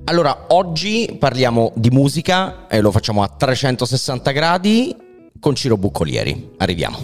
Allora, oggi parliamo di musica e lo facciamo a 360 gradi con Ciro Buccolieri. Arriviamo.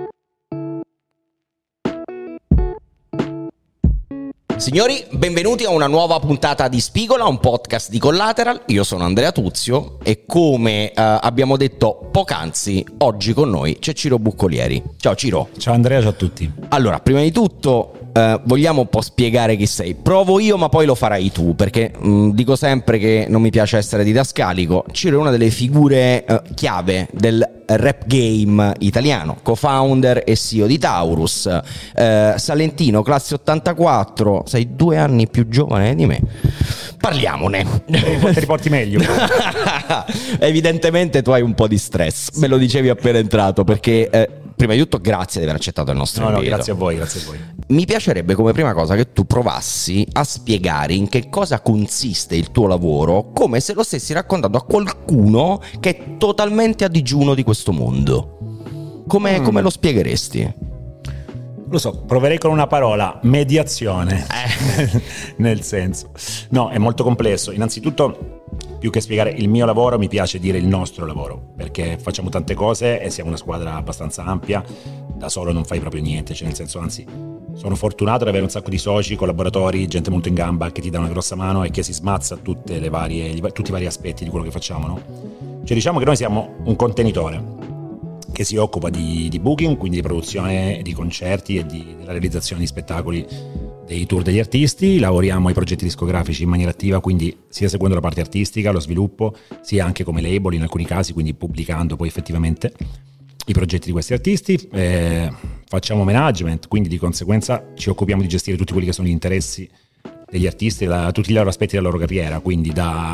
Signori, benvenuti a una nuova puntata di Spigola, un podcast di Collateral. Io sono Andrea Tuzio e come abbiamo detto poc'anzi, oggi con noi c'è Ciro Buccolieri. Ciao Ciro. Ciao Andrea, ciao a tutti. Allora, prima di tutto vogliamo un po' spiegare chi sei. Provo io, ma poi lo farai tu, perché dico sempre che non mi piace essere didascalico. Ciro è una delle figure chiave del rap game italiano, co-founder e CEO di Taurus, salentino, classe 84, sei 2 anni più giovane di me. Parliamone. Te riporti meglio. Evidentemente tu hai un po' di stress, me lo dicevi appena entrato, perché prima di tutto grazie di aver accettato il nostro invito. No, grazie a voi. Mi piacerebbe come prima cosa che tu provassi a spiegare in che cosa consiste il tuo lavoro, come se lo stessi raccontando a qualcuno che è totalmente a digiuno di questo mondo. Come lo spiegheresti? Lo so, proverei con una parola: mediazione. Nel senso, no, è molto complesso. Innanzitutto, più che spiegare il mio lavoro, mi piace dire il nostro lavoro, perché facciamo tante cose e siamo una squadra abbastanza ampia. Da solo non fai proprio niente, cioè nel senso, anzi, sono fortunato ad avere un sacco di soci, collaboratori, gente molto in gamba che ti dà una grossa mano e che si smazza tutti i vari aspetti di quello che facciamo, no? Cioè diciamo che noi siamo un contenitore che si occupa di booking, quindi di produzione di concerti e della realizzazione di spettacoli, dei tour degli artisti. Lavoriamo ai progetti discografici in maniera attiva, quindi sia seguendo la parte artistica, lo sviluppo, sia anche come label in alcuni casi, quindi pubblicando poi effettivamente i progetti di questi artisti. Facciamo management, quindi di conseguenza ci occupiamo di gestire tutti quelli che sono gli interessi degli artisti, tutti i loro aspetti della loro carriera, quindi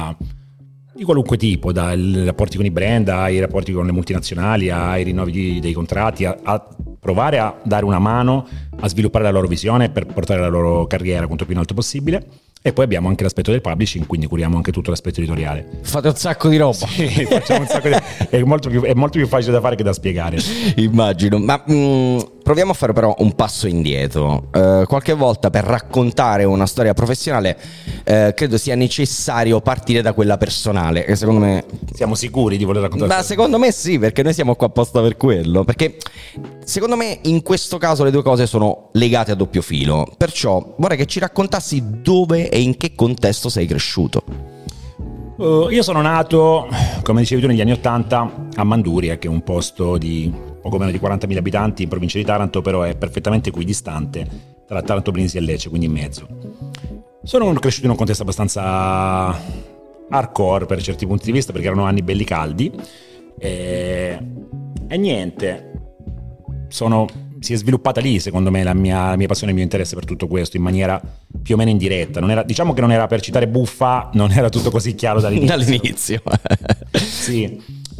di qualunque tipo, dai rapporti con i brand, ai rapporti con le multinazionali, ai rinnovi dei contratti, a provare a dare una mano a sviluppare la loro visione per portare la loro carriera quanto più in alto possibile. E poi abbiamo anche l'aspetto del publishing, quindi curiamo anche tutto l'aspetto editoriale. Fate un sacco di roba. Sì, facciamo un sacco è molto più facile da fare che da spiegare. Immagino, ma proviamo a fare però un passo indietro. Qualche volta per raccontare una storia professionale credo sia necessario partire da quella personale, che secondo me... Siamo sicuri di voler raccontare? Ma secondo me sì, perché noi siamo qua apposta per quello. Perché secondo me in questo caso le due cose sono legate a doppio filo. Perciò vorrei che ci raccontassi dove e in che contesto sei cresciuto. Io sono nato, come dicevi tu, negli anni 80 a Manduria, che è un posto di poco meno di 40.000 abitanti in provincia di Taranto, però è perfettamente equidistante tra Taranto, Brindisi e Lecce, quindi in mezzo. Sono cresciuto in un contesto abbastanza hardcore per certi punti di vista, perché erano anni belli caldi e niente, si è sviluppata lì, secondo me, la mia passione e il mio interesse per tutto questo, in maniera più o meno indiretta. Diciamo che non era, per citare Buffa, non era tutto così chiaro dall'inizio. Sì.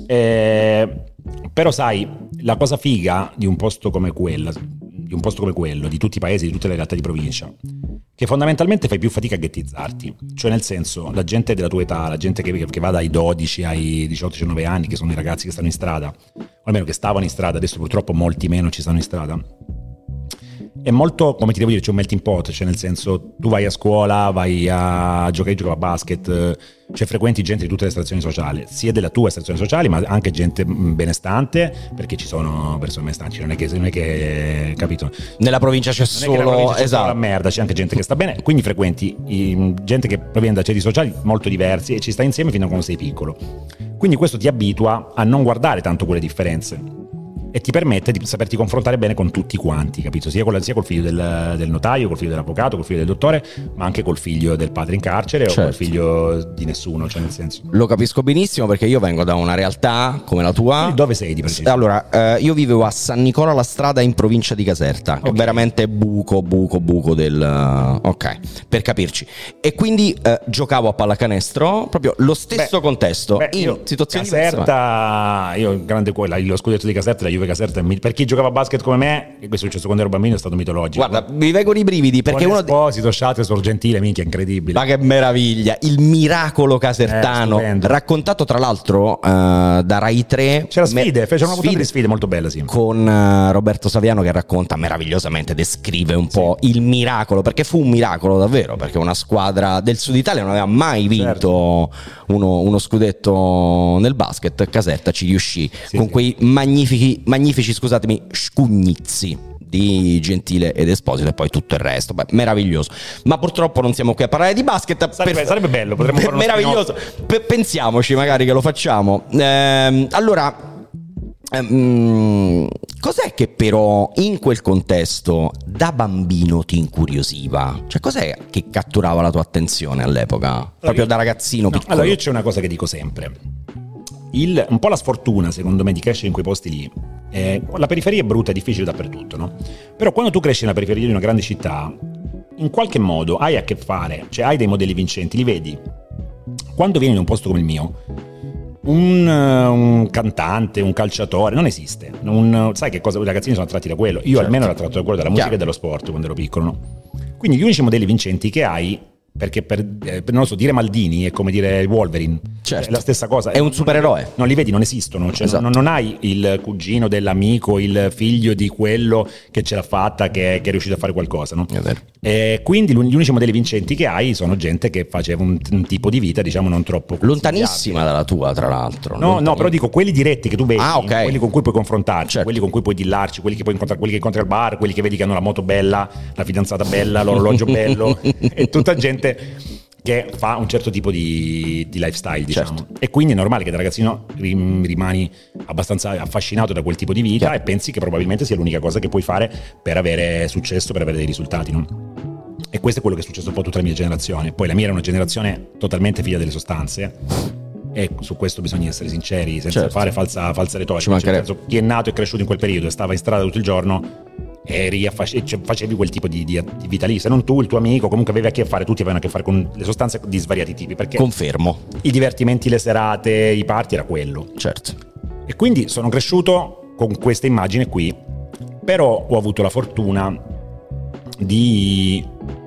Però sai, la cosa figa di un posto come quello, di tutti i paesi, di tutte le realtà di provincia, che fondamentalmente fai più fatica a ghettizzarti. Cioè nel senso, la gente della tua età, la gente che va dai 12 ai 18-19 anni, che sono i ragazzi che stanno in strada, o almeno che stavano in strada, adesso purtroppo molti meno ci stanno in strada, è molto, come ti devo dire, c'è un melting pot, cioè nel senso, tu vai a scuola, vai a giocare a basket, cioè frequenti gente di tutte le estrazioni sociali, sia della tua estrazione sociale, ma anche gente benestante, perché ci sono persone benestanti, non è che capito? Nella provincia c'è solo, esatto, la merda, c'è anche gente che sta bene, quindi frequenti gente che proviene da ceti sociali molto diversi e ci sta insieme fino a quando sei piccolo. Quindi questo ti abitua a non guardare tanto quelle differenze e ti permette di saperti confrontare bene con tutti quanti, capito? Sia col figlio del notaio, col figlio dell'avvocato, col figlio del dottore, ma anche col figlio del padre in carcere, certo, o col figlio di nessuno, cioè nel senso. Lo capisco benissimo, perché io vengo da una realtà come la tua. E dove sei di preciso? Allora, io vivevo a San Nicola la Strada, in provincia di Caserta, che è veramente buco del... ok, per capirci. E quindi giocavo a pallacanestro, proprio lo stesso contesto, in situazioni Caserta, io grande quella, lo scudetto di Caserta, la Juve Juve Caserta per chi giocava a basket come me, e questo è successo quando ero bambino, è stato mitologico. Guarda, mi vengono i brividi perché uno Esposito, Sciate, Sorgentile, minchia, incredibile. Ma che meraviglia, il miracolo casertano, raccontato tra l'altro da Rai 3. C'era fecero una puntata di sfide molto bella, sì, con Roberto Saviano, che racconta meravigliosamente, descrive un po' il miracolo, perché fu un miracolo davvero, perché una squadra del Sud Italia non aveva mai vinto uno scudetto nel basket. Caserta ci riuscì con quei magnifici, scusatemi, scugnizzi di Gentile ed Esposito, e poi tutto il resto. Beh, meraviglioso. Ma purtroppo non siamo qui a parlare di basket. Sarebbe bello, potremmo fare uno meraviglioso. Pensiamoci magari che lo facciamo. Allora, cos'è che però in quel contesto da bambino ti incuriosiva? Cioè, cos'è che catturava la tua attenzione all'epoca? Proprio da ragazzino piccolo. Allora, io c'è una cosa che dico sempre. Un po' la sfortuna, secondo me, di crescere in quei posti lì. La periferia è brutta, è difficile dappertutto, no? Però quando tu cresci nella periferia di una grande città, in qualche modo hai a che fare, cioè hai dei modelli vincenti, li vedi. Quando vieni in un posto come il mio, un cantante, un calciatore non esiste. Sai che cosa? I ragazzini sono attratti da quello. Io almeno ero attratto da quello, della musica e dello sport quando ero piccolo, no? Quindi gli unici modelli vincenti che hai, perché non lo so, dire Maldini è come dire Wolverine, è la stessa cosa, è un supereroe, non li vedi, non esistono, cioè non hai il cugino dell'amico, il figlio di quello che ce l'ha fatta, che è riuscito a fare qualcosa, no? Quindi gli unici modelli vincenti che hai sono gente che faceva un tipo di vita, diciamo, non troppo lontanissima dalla tua, tra l'altro. No, però dico quelli diretti che tu vedi, quelli con cui puoi confrontarci, certo, quelli con cui puoi dillarci, quelli che puoi incontrare, quelli che incontri al bar, quelli che vedi che hanno la moto bella, la fidanzata bella, l'orologio bello, e tutta gente che fa un certo tipo di lifestyle, diciamo. Certo. E quindi è normale che da ragazzino rimani abbastanza affascinato da quel tipo di vita, e pensi che probabilmente sia l'unica cosa che puoi fare per avere successo, per avere dei risultati, no? E questo è quello che è successo un po' a tutta la mia generazione. Poi la mia era una generazione totalmente figlia delle sostanze, e su questo bisogna essere sinceri, senza fare falsa retorica. Cioè, chi è nato e cresciuto in quel periodo e stava in strada tutto il giorno, facevi quel tipo di vita lì. Se non tu, il tuo amico, comunque avevi a che fare, tutti avevano a che fare con le sostanze di svariati tipi, perché confermo, i divertimenti, le serate, i party era quello. Certo. E quindi sono cresciuto con questa immagine qui, però ho avuto la fortuna di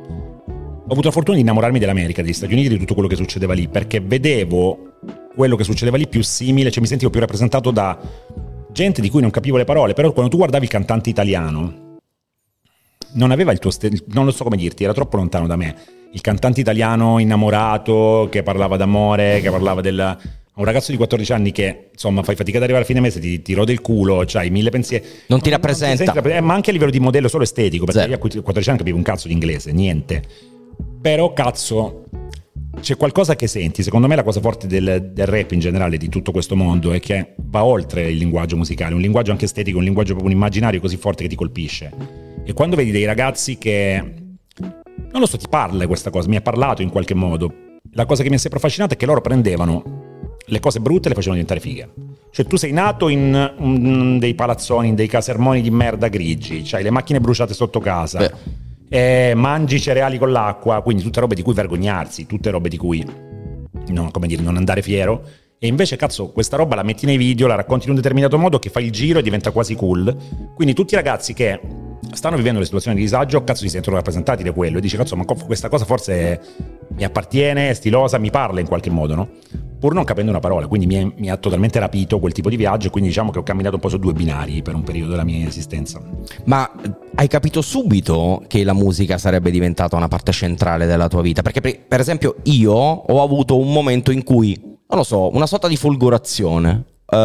innamorarmi dell'America, degli Stati Uniti, di tutto quello che succedeva lì, perché vedevo quello che succedeva lì più simile, cioè mi sentivo più rappresentato da gente di cui non capivo le parole. Però quando tu guardavi il cantante italiano, non aveva il tuo non lo so come dirti, era troppo lontano da me. Il cantante italiano innamorato che parlava d'amore, che parlava un ragazzo di 14 anni che, insomma, fai fatica ad arrivare a fine mese, ti rode il culo, c'hai 1000 pensieri, non ti rappresenta, ma anche a livello di modello solo estetico, perché io a 14 anni capivo un cazzo di inglese, niente. Però cazzo, c'è qualcosa che senti. Secondo me la cosa forte del rap in generale, di tutto questo mondo, è che va oltre il linguaggio musicale, un linguaggio anche estetico, un linguaggio proprio un immaginario così forte che ti colpisce. E quando vedi dei ragazzi che, non lo so, ti parla questa cosa, mi ha parlato in qualche modo, la cosa che mi è sempre affascinata è che loro prendevano le cose brutte e le facevano diventare fighe. Cioè tu sei nato in dei palazzoni, in dei casermoni di merda grigi, c'hai le macchine bruciate sotto casa, mangi cereali con l'acqua, quindi tutte robe di cui vergognarsi, tutte robe di cui non andare fiero. E invece cazzo, questa roba la metti nei video, la racconti in un determinato modo che fa il giro e diventa quasi cool. Quindi tutti i ragazzi che stanno vivendo le situazioni di disagio, cazzo, si sentono rappresentati da quello e dici cazzo, ma questa cosa forse mi appartiene, è stilosa, mi parla in qualche modo, no? Pur non capendo una parola. Quindi mi ha totalmente rapito quel tipo di viaggio, e quindi diciamo che ho camminato un po' su due binari per un periodo della mia esistenza. Ma hai capito subito che la musica sarebbe diventata una parte centrale della tua vita? Perché per esempio io ho avuto un momento in cui, non lo so, una sorta di folgorazione.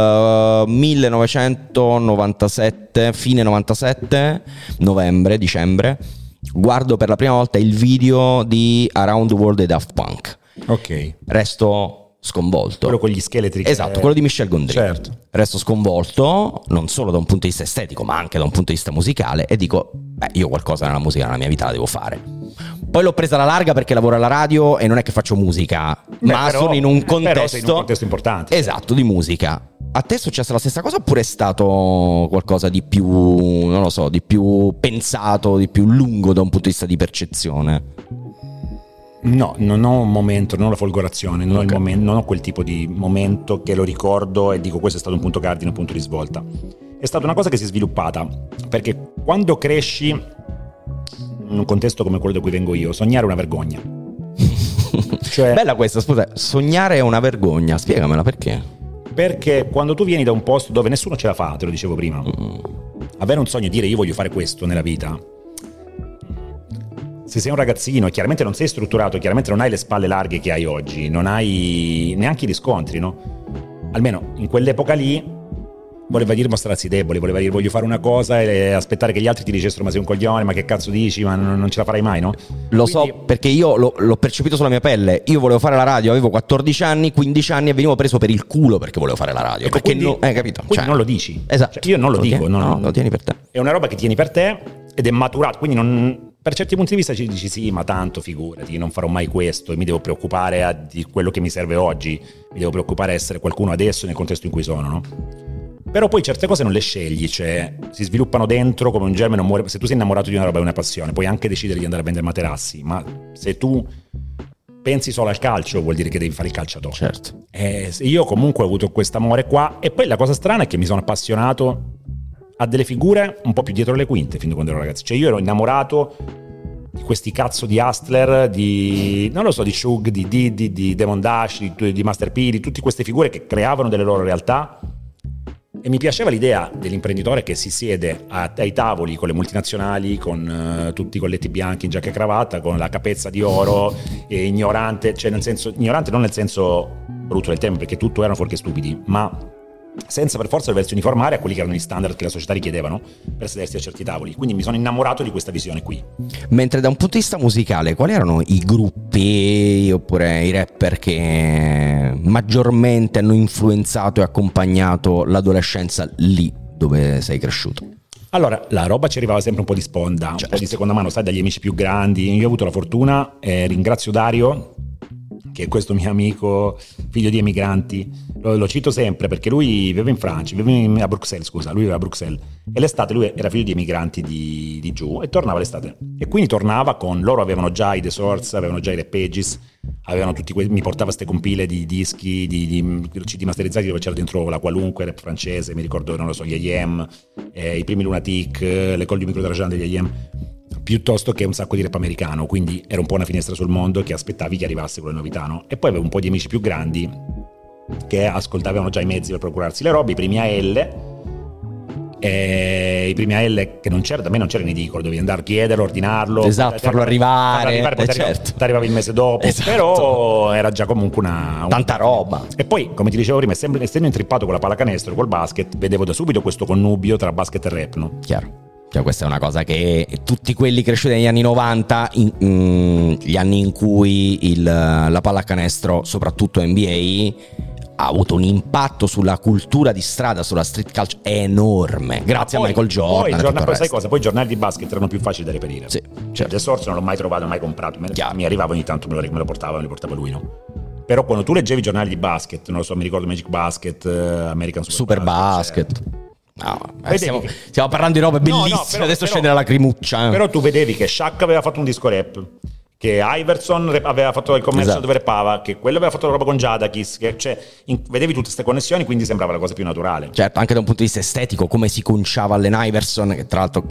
1997, fine 97, novembre, dicembre, guardo per la prima volta il video di Around the World dei Daft Punk. Ok. Resto sconvolto. Quello con gli scheletri. Esatto, quello di Michel Gondry. Certo. Resto sconvolto, non solo da un punto di vista estetico, ma anche da un punto di vista musicale, e dico, io qualcosa nella musica, nella mia vita la devo fare. Poi l'ho presa alla larga perché lavoro alla radio e non è che faccio musica, ma però, sono in un contesto, però sei in un contesto importante. Esatto, di musica. A te è successa la stessa cosa, oppure è stato qualcosa di più, non lo so, di più pensato, di più lungo da un punto di vista di percezione? No, non ho un momento, non ho la folgorazione, non ho il momento, non ho quel tipo di momento che lo ricordo e dico questo è stato un punto cardine, un punto di svolta. è stata una cosa che si è sviluppata, perché quando cresci in un contesto come quello da cui vengo io, sognare è una vergogna. Cioè, bella questa, scusa, sognare è una vergogna, spiegamela perché. Perché quando tu vieni da un posto dove nessuno ce la fa, te lo dicevo prima, avere un sogno e dire io voglio fare questo nella vita, se sei un ragazzino e chiaramente non sei strutturato, chiaramente non hai le spalle larghe che hai oggi, non hai neanche i riscontri, no? Almeno in quell'epoca lì voleva dire mostrarsi deboli, voleva dire voglio fare una cosa e aspettare che gli altri ti dicessero ma sei un coglione, ma che cazzo dici, ma non ce la farai mai, no? Lo so perché io l'ho percepito sulla mia pelle. Io volevo fare la radio, avevo 14 anni, 15 anni e venivo preso per il culo perché volevo fare la radio. Ecco, perché quindi, capito? Quindi non lo dici. Esatto. Cioè, io non lo dico. No, lo tieni per te. È una roba che tieni per te ed è maturato, quindi per certi punti di vista ci dici sì, ma tanto figurati, non farò mai questo e mi devo preoccupare di quello che mi serve oggi, mi devo preoccupare di essere qualcuno adesso nel contesto in cui sono, no? Però poi certe cose non le scegli, cioè si sviluppano dentro come un germe, non muore. Se tu sei innamorato di una roba e una passione, puoi anche decidere di andare a vendere materassi, ma se tu pensi solo al calcio vuol dire che devi fare il calciatore. Certo. Io comunque ho avuto questo amore qua e poi la cosa strana è che mi sono appassionato a delle figure un po' più dietro le quinte fin da quando ero ragazzo. Cioè io ero innamorato di questi cazzo di hustler, non lo so, di Shug, di Diddy, di Demon Dash, di Master P, di tutte queste figure che creavano delle loro realtà. E mi piaceva l'idea dell'imprenditore che si siede ai tavoli con le multinazionali, con tutti i colletti bianchi in giacca e cravatta, con la capezza di oro, e ignorante, cioè nel senso, ignorante non nel senso brutto del termine, perché tutto erano fuorché stupidi, ma senza per forza doversi uniformare a quelli che erano gli standard che la società richiedevano per sedersi a certi tavoli. Quindi mi sono innamorato di questa visione qui. Mentre da un punto di vista musicale, quali erano i gruppi oppure i rapper che maggiormente hanno influenzato e accompagnato l'adolescenza lì dove sei cresciuto? Allora, la roba ci arrivava sempre un po' di sponda, un po' di seconda mano, sai, dagli amici più grandi. Io ho avuto la fortuna, ringrazio Dario, che è questo mio amico, figlio di emigranti, lo cito sempre perché lui viveva in Francia, a Bruxelles, scusa, lui viveva a Bruxelles, e l'estate lui era figlio di emigranti di giù e tornava l'estate, e quindi tornava con loro, avevano già i The Source, avevano già i Repages, avevano tutti mi portava queste compile di dischi, di CD masterizzati dove c'era dentro la qualunque rap francese, mi ricordo, non lo so, gli A.M., i primi Lunatic, le call di microtrajan degli A.M., piuttosto che un sacco di rap americano, quindi era un po' una finestra sul mondo che aspettavi che arrivasse con le novità, no? E poi avevo un po' di amici più grandi che ascoltavano già i mezzi per procurarsi le robe, i primi AL, che non c'era, da me non c'era in edicola, dovevi andare a chiederlo, ordinarlo, esatto, farlo arrivare, poi certo. ti arrivavi il mese dopo, esatto. Però era già comunque tanta roba. E poi, come ti dicevo prima, essendo intrippato con la pallacanestro e col basket, vedevo da subito questo connubio tra basket e rap, no? Chiaro. Cioè, questa è una cosa che tutti quelli cresciuti negli anni 90, gli anni in cui la pallacanestro, soprattutto NBA, ha avuto un impatto sulla cultura di strada, sulla street culture enorme, grazie a Michael Jordan. Poi sai cosa? Poi i giornali di basket erano più facili da reperire. Sì, certo. The Source non l'ho mai trovato, mai comprato, mi arrivava ogni tanto, me lo portava lui, no? Però quando tu leggevi i giornali di basket, non lo so, mi ricordo Magic Basket, American Super Basket. Cioè, No, stiamo parlando di robe bellissime, però, adesso scende la lacrimuccia. Però tu vedevi che Shaq aveva fatto un disco rap, che Iverson aveva fatto il commercio, esatto, dove rappava, che quello aveva fatto la roba con Jadakiss, vedevi tutte queste connessioni, quindi sembrava la cosa più naturale. Certo, anche da un punto di vista estetico, come si conciava Allen Iverson, che tra l'altro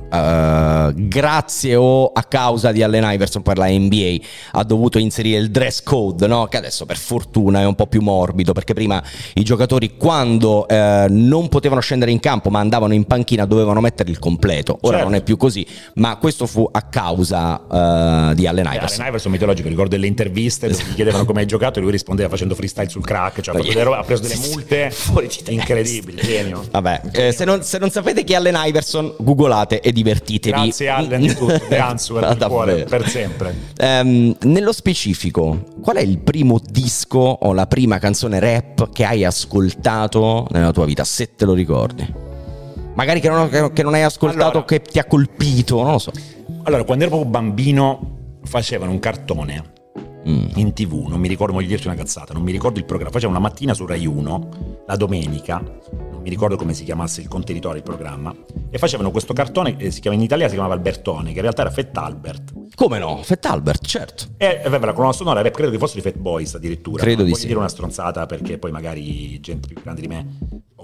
grazie o a causa di Allen Iverson per la NBA ha dovuto inserire il dress code, no? Che adesso per fortuna è un po' più morbido, perché prima i giocatori quando non potevano scendere in campo ma andavano in panchina dovevano mettere il completo. Ora certo, non è più così, ma questo fu a causa di Allen Iverson. Iverson mitologico, ricordo delle interviste dove gli chiedevano come hai giocato e lui rispondeva facendo freestyle sul crack, cioè ha preso delle multe incredibili, genio. Vabbè, se non sapete chi è Allen Iverson, googolate e divertitevi. Grazie Allen di tutto, The Answer per cuore, per sempre. Nello specifico, qual è il primo disco o la prima canzone rap che hai ascoltato nella tua vita, se te lo ricordi? Magari che non hai ascoltato, allora, che ti ha colpito, non lo so. Allora, quando ero proprio bambino facevano un cartone in TV, non mi ricordo, voglio dirti una cazzata, non mi ricordo il programma, facevano una mattina su Rai 1 la domenica, non mi ricordo come si chiamasse il contenitore, il programma, e facevano questo cartone che si chiama, in Italia si chiamava Albertone, che in realtà era Fat Albert. Come no? Fat Albert, certo. E aveva la colonna sonora, credo che fossero i Fat Boys addirittura. Credo non di voglio sì. dire una stronzata perché poi magari gente più grande di me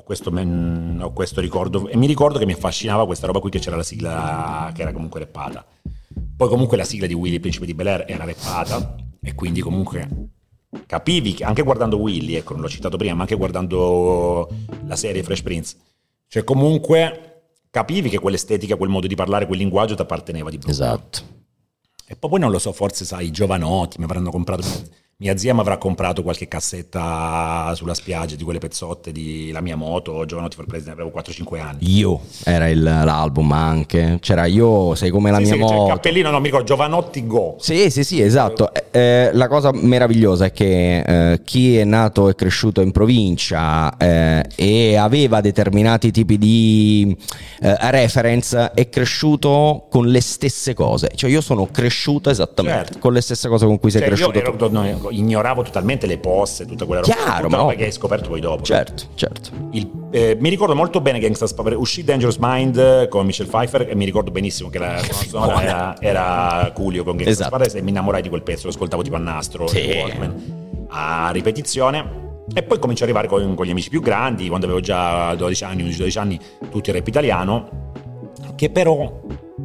ho questo ricordo, e mi ricordo che mi affascinava questa roba qui, che c'era la sigla che era comunque rappata. Poi comunque la sigla di Willy, Principe di Bel-Air, era rappata, e quindi comunque capivi che, anche guardando Willy, ecco, non l'ho citato prima, ma anche guardando la serie Fresh Prince, cioè comunque capivi che quell'estetica, quel modo di parlare, quel linguaggio ti apparteneva di più. Esatto. E poi non lo so, forse sai, i giovanotti mi avranno comprato, mia zia mi avrà comprato qualche cassetta sulla spiaggia di quelle pezzotte di La mia moto, Giovanotti for President, avevo 4-5 anni. Io era l'album anche, c'era Io sei come la mia sì, moto. c'è il cappellino, non mi ricordo, Giovanotti Go. Sì, esatto. La cosa meravigliosa è che chi è nato e cresciuto in provincia e aveva determinati tipi di reference è cresciuto con le stesse cose. Cioè io sono cresciuto esattamente con le stesse cose con cui sei cresciuto. Io ignoravo totalmente le posse, tutta quella roba. Chiaro, ma perché hai scoperto poi dopo. Certo. Mi ricordo molto bene Gangsta's Paper, uscì Dangerous Mind con Michelle Pfeiffer, e mi ricordo benissimo che la sonora era Coolio con Gangsta's Paper, e mi innamorai di quel pezzo, lo ascoltavo tipo a nastro, a ripetizione. E poi comincio ad arrivare con gli amici più grandi, quando avevo già 12 anni, 11-12 anni, tutti il rap italiano, che però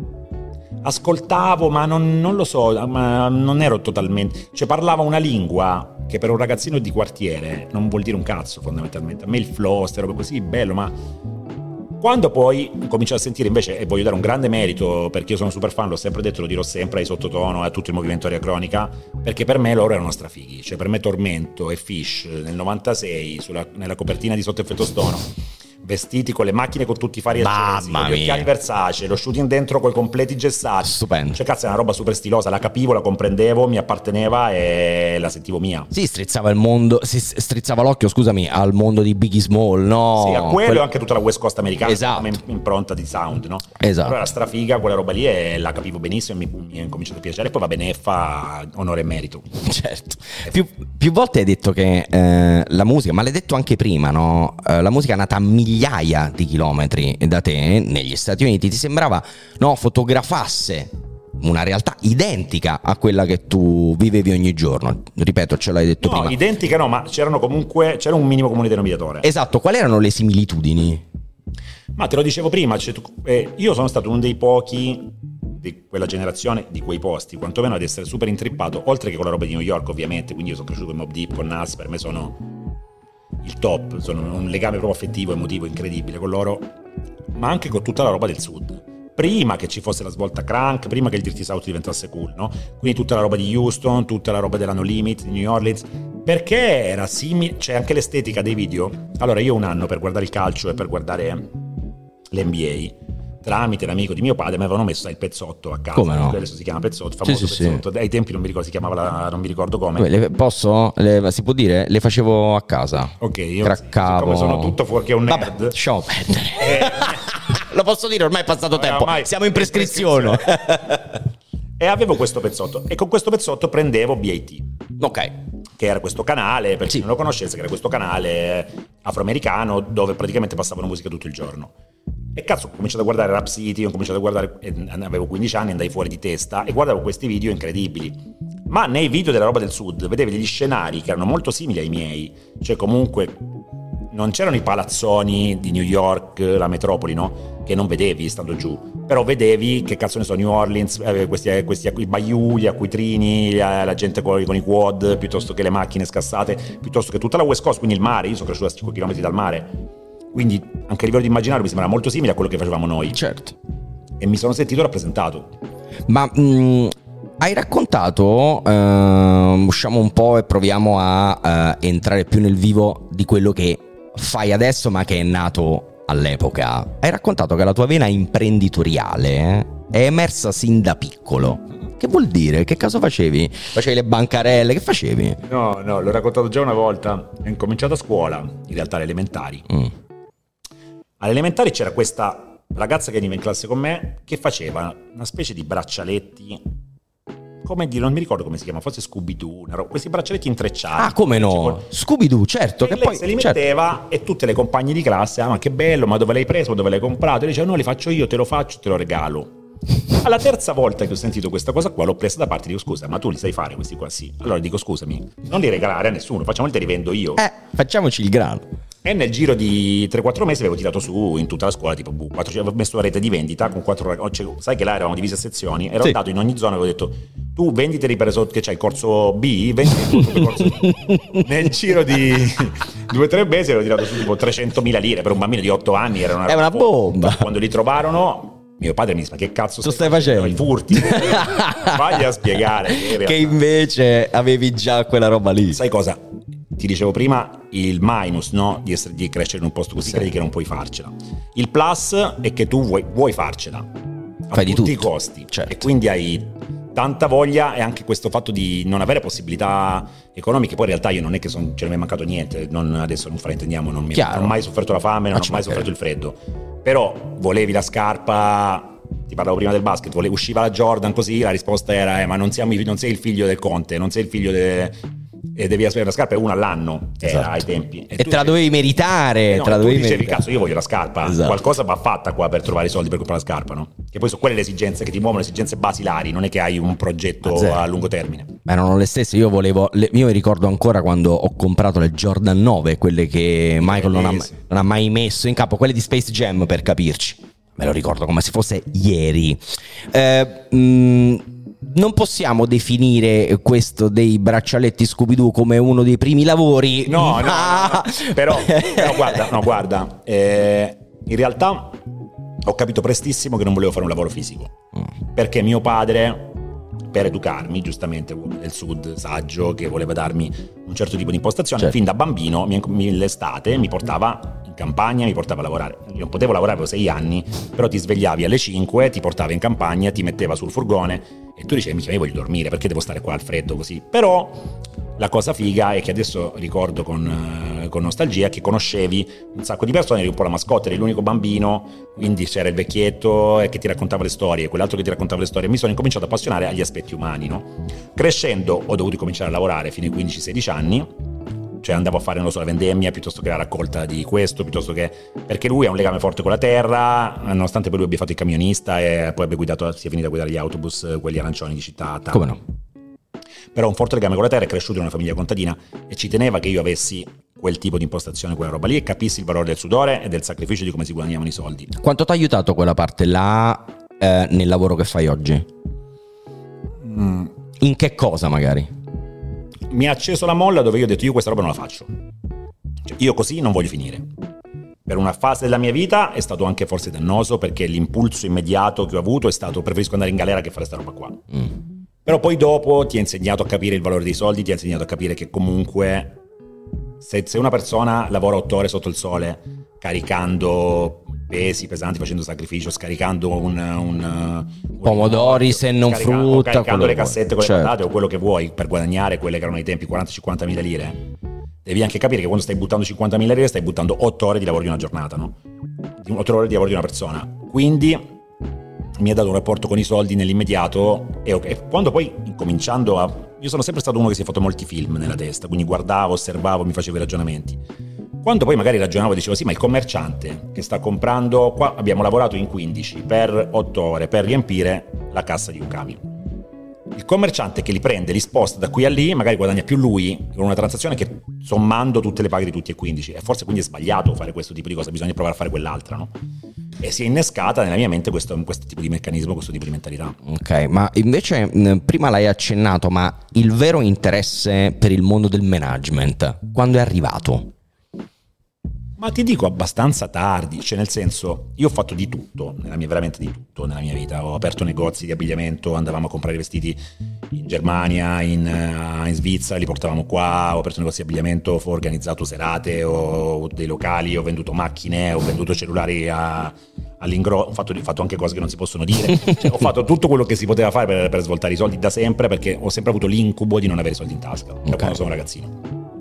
ascoltavo, ma non lo so, ma non ero totalmente, cioè parlava una lingua che per un ragazzino di quartiere non vuol dire un cazzo fondamentalmente. A me il flow, ste robe così, bello, ma quando poi comincio a sentire invece, e voglio dare un grande merito perché io sono super fan, l'ho sempre detto, lo dirò sempre ai Sottotono, a tutto il movimento Area Cronica, perché per me loro erano strafighi, cioè per me Tormento e Fish nel 96 nella copertina di Sotto Effetto Stono, vestiti con le macchine con tutti i fari accesi, con gli occhiali Versace, lo shooting dentro coi completi gessati, stupendo, cioè cazzo è una roba super stilosa, la capivo, la comprendevo, mi apparteneva e la sentivo mia. Sì, strizzava l'occhio, scusami, al mondo di Biggie Small, no? Sì, a quello e anche tutta la West Coast americana, esatto, come impronta di sound, no? Esatto. Allora era strafiga quella roba lì e la capivo benissimo e mi è cominciato a piacere, e poi va bene, fa onore e merito. Certo. Più volte hai detto che la musica, ma l'hai detto anche prima, no? La musica è nata a migliaia di chilometri da te negli Stati Uniti, ti sembrava, no, fotografasse una realtà identica a quella che tu vivevi ogni giorno. Ripeto, ce l'hai detto prima. No, identica no, ma c'era un minimo comune denominatore. Esatto, quali erano le similitudini? Ma te lo dicevo prima, io sono stato uno dei pochi di quella generazione, di quei posti, quantomeno ad essere super intrippato, oltre che con la roba di New York ovviamente, quindi io sono cresciuto con Mobb Deep, con Nas, per me sono il top, sono un legame proprio affettivo, emotivo, incredibile con loro, ma anche con tutta la roba del sud. Prima che ci fosse la svolta crunk, prima che il Dirty South diventasse cool, no? Quindi tutta la roba di Houston, tutta la roba della No Limit, di New Orleans, perché era simile, cioè anche l'estetica dei video. Allora io un anno per guardare il calcio e per guardare l'NBA, tramite l'amico di mio padre mi avevano messo il pezzotto a casa. Come no? Adesso si chiama pezzotto, famoso pezzotto. Ai tempi non mi ricordo, si chiamava non mi ricordo come. Si può dire? Le facevo a casa. Ok, io craccavo. Come sono tutto fuorché un nerd. Vabbè, lasciamo perdere. Lo posso dire, ormai è passato tempo. Siamo in prescrizione. E avevo questo pezzotto, e con questo pezzotto prendevo BIT. Ok. Che era questo canale, per chi non lo conoscesse, che era questo canale afroamericano dove praticamente passavano musica tutto il giorno. E cazzo, ho cominciato a guardare Rap City, ho cominciato a guardare, avevo 15 anni, andai fuori di testa e guardavo questi video incredibili. Ma nei video della roba del sud vedevi degli scenari che erano molto simili ai miei, cioè comunque non c'erano i palazzoni di New York, la metropoli, no? Che non vedevi stando giù, però vedevi che cazzo ne so, New Orleans, questi i bayou, gli acquitrini, la gente con i quad, piuttosto che le macchine scassate, piuttosto che tutta la West Coast, quindi il mare. Io sono cresciuto a 5 km dal mare, quindi anche a livello di immaginario mi sembrava molto simile a quello che facevamo noi. Certo. E mi sono sentito rappresentato. Ma hai raccontato, usciamo un po' e proviamo a entrare più nel vivo di quello che fai adesso, ma che è nato all'epoca. Hai raccontato che la tua vena imprenditoriale è emersa sin da piccolo. Che vuol dire? Che caso facevi? Facevi le bancarelle? Che facevi? No, l'ho raccontato già una volta. Ho incominciato a scuola, in realtà alle elementari. Alle elementari c'era questa ragazza che veniva in classe con me che faceva una specie di braccialetti, come dire, non mi ricordo come si chiama, forse Scooby-Doo, questi braccialetti intrecciati. Ah, come no? Scooby-Doo, certo. Che lei poi se li metteva, e tutte le compagne di classe, ma che bello, ma dove l'hai preso, dove l'hai comprato? E diceva, no, li faccio io, te lo faccio, te lo regalo. Alla terza volta che ho sentito questa cosa qua l'ho presa da parte e dico, scusa, ma tu li sai fare questi qua? Sì. Allora dico, scusami, non li regalare a nessuno, facciamo il te li vendo io. Facciamoci il grano. E nel giro di 3-4 mesi avevo tirato su in tutta la scuola, tipo avevo messo la rete di vendita con 4 ragazzi. Sai che là eravamo divisi a sezioni, ero andato in ogni zona e avevo detto: tu venditeli per che c'hai il corso B, venditi il corso B. Nel giro di 2-3 mesi avevo tirato su tipo 300.000 lire per un bambino di 8 anni, era una bomba. Quando li trovarono, mio padre mi disse: ma che cazzo stai facendo? I furti. Vai a spiegare che invece avevi già quella roba lì. Sai cosa? Ti dicevo prima il minus, no? di crescere in un posto così, credi che non puoi farcela. Il plus è che tu vuoi farcela fai di tutti tutto. I costi, certo. E quindi hai tanta voglia, e anche questo fatto di non avere possibilità economiche. Poi in realtà io non è che ce ne è mai mancato niente, adesso non fraintendiamo, non ho mai sofferto la fame, non ho mai sofferto il freddo, però volevi la scarpa. Ti parlavo prima del basket, usciva la Jordan così, la risposta era ma non sei il figlio del Conte, non sei il figlio e devi avere la scarpa, una all'anno, esatto. Ai tempi, e te la dovevi meritare, no, te la dovevi dicevi meritare. Cazzo, io voglio la scarpa, esatto. Qualcosa va fatta qua per trovare i soldi per comprare la scarpa, no? Che poi sono quelle le esigenze che ti muovono, le esigenze basilari, non è che hai un progetto a lungo termine. Ma erano le stesse. Io mi ricordo ancora quando ho comprato le Jordan 9, quelle che Michael non ha mai messo in campo, quelle di Space Jam, per capirci. Me lo ricordo come se fosse ieri. Non possiamo definire questo dei braccialetti Scooby-Doo come uno dei primi lavori. No. Però guarda, in realtà ho capito prestissimo che non volevo fare un lavoro fisico, perché mio padre, per educarmi, giustamente uomo del sud, saggio, che voleva darmi un certo tipo di impostazione, certo. Fin da bambino l'estate mi portava in campagna, mi portava a lavorare. Io non potevo lavorare, avevo 6 anni, però ti svegliavi alle 5, ti portava in campagna, ti metteva sul furgone e tu dicevi: mica, io voglio dormire, perché devo stare qua al freddo così? Però la cosa figa è che adesso ricordo con nostalgia che conoscevi un sacco di persone, eri un po' la mascotte, eri l'unico bambino, quindi c'era il vecchietto che ti raccontava le storie, quell'altro che ti raccontava le storie. Mi sono incominciato a appassionare agli aspetti umani, no? Crescendo ho dovuto cominciare a lavorare fino ai 15-16 anni, cioè andavo a fare, non lo so, la vendemmia piuttosto che la raccolta di questo, piuttosto che, perché lui ha un legame forte con la terra, nonostante poi lui abbia fatto il camionista e poi sia finito a guidare gli autobus, quelli arancioni di città. Come no? Però un forte legame con la terra, è cresciuto in una famiglia contadina e ci teneva che io avessi quel tipo di impostazione, quella roba lì, e capissi il valore del sudore e del sacrificio, di come si guadagnavano i soldi. Quanto ti ha aiutato quella parte là nel lavoro che fai oggi? In che cosa magari? Mi ha acceso la molla dove io ho detto: io questa roba non la faccio, cioè, io così non voglio finire. Per una fase della mia vita è stato anche forse dannoso, perché l'impulso immediato che ho avuto è stato: preferisco andare in galera che fare sta roba qua. Però poi dopo ti ha insegnato a capire il valore dei soldi, ti ha insegnato a capire che comunque se una persona lavora 8 ore sotto il sole caricando pesi pesanti, facendo sacrificio, scaricando un pomodori, se non frutta, caricando le cassette con le certo. patate o quello che vuoi per guadagnare quelle che erano ai tempi 40-50 mila lire, devi anche capire che quando stai buttando 50 mila lire stai buttando 8 ore di lavoro di una giornata, no? 8 ore di lavoro di una persona. Quindi mi ha dato un rapporto con i soldi nell'immediato e quando poi incominciando io sono sempre stato uno che si è fatto molti film nella testa, quindi guardavo, osservavo, mi facevo i ragionamenti. Quando poi magari ragionavo dicevo: sì, ma il commerciante che sta comprando, qua abbiamo lavorato in 15 per 8 ore per riempire la cassa di un camion. Il commerciante che li prende, li sposta da qui a lì, magari guadagna più lui con una transazione che sommando tutte le paghe di tutti e 15. E forse quindi è sbagliato fare questo tipo di cosa, bisogna provare a fare quell'altra, no? E si è innescata nella mia mente questo tipo di meccanismo, questo tipo di mentalità. Ok, ma invece prima l'hai accennato, ma il vero interesse per il mondo del management quando è arrivato? Ma ti dico abbastanza tardi, cioè nel senso, io ho fatto di tutto, veramente di tutto nella mia vita. Ho aperto negozi di abbigliamento, andavamo a comprare i vestiti in Germania, in Svizzera, li portavamo qua, ho aperto negozi di abbigliamento, ho organizzato serate, ho dei locali, ho venduto macchine, ho venduto cellulari all'ingrosso, ho fatto anche cose che non si possono dire, cioè, ho fatto tutto quello che si poteva fare per svoltare i soldi da sempre, perché ho sempre avuto l'incubo di non avere soldi in tasca, da quando sono ragazzino.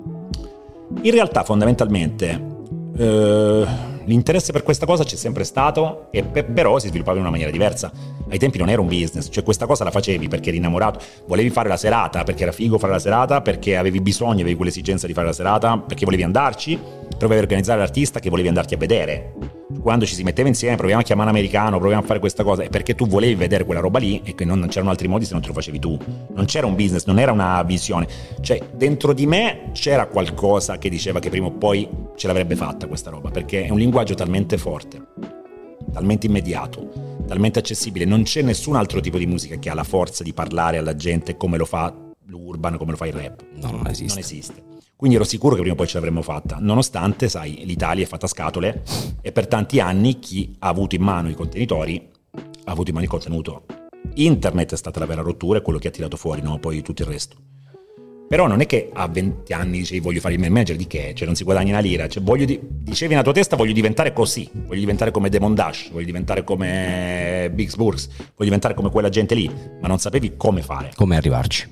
In realtà fondamentalmente l'interesse per questa cosa c'è sempre stato, e però si sviluppava in una maniera diversa. Ai tempi non era un business, cioè questa cosa la facevi perché eri innamorato, volevi fare la serata perché era figo fare la serata, perché avevi bisogno, avevi quell'esigenza di fare la serata, perché volevi andarci, però volevi organizzare l'artista che volevi andarti a vedere. quando ci si metteva insieme, proviamo a chiamare un americano, proviamo a fare questa cosa, è perché tu volevi vedere quella roba lì e che non c'erano altri modi se non te lo facevi tu. Non c'era un business, non era una visione. Cioè, dentro di me c'era qualcosa che diceva che prima o poi ce l'avrebbe fatta questa roba, perché è un linguaggio talmente forte, talmente immediato, talmente accessibile. Non c'è nessun altro tipo di musica che ha la forza di parlare alla gente come lo fa l'urban, come lo fa il rap. No, non esiste. Non esiste. Quindi ero sicuro che prima o poi ce l'avremmo fatta, nonostante, sai, l'Italia è fatta a scatole e per tanti anni chi ha avuto in mano i contenitori ha avuto in mano il contenuto. Internet è stata la vera rottura, è quello che ha tirato fuori, no? Poi tutto il resto. Però non è che a 20 anni dicevi voglio fare il manager di che? Cioè non si guadagna una lira, cioè dicevi nella tua testa voglio diventare così, voglio diventare come Demon Dash, voglio diventare come Big Burks, voglio diventare come quella gente lì, ma non sapevi come fare. Come arrivarci.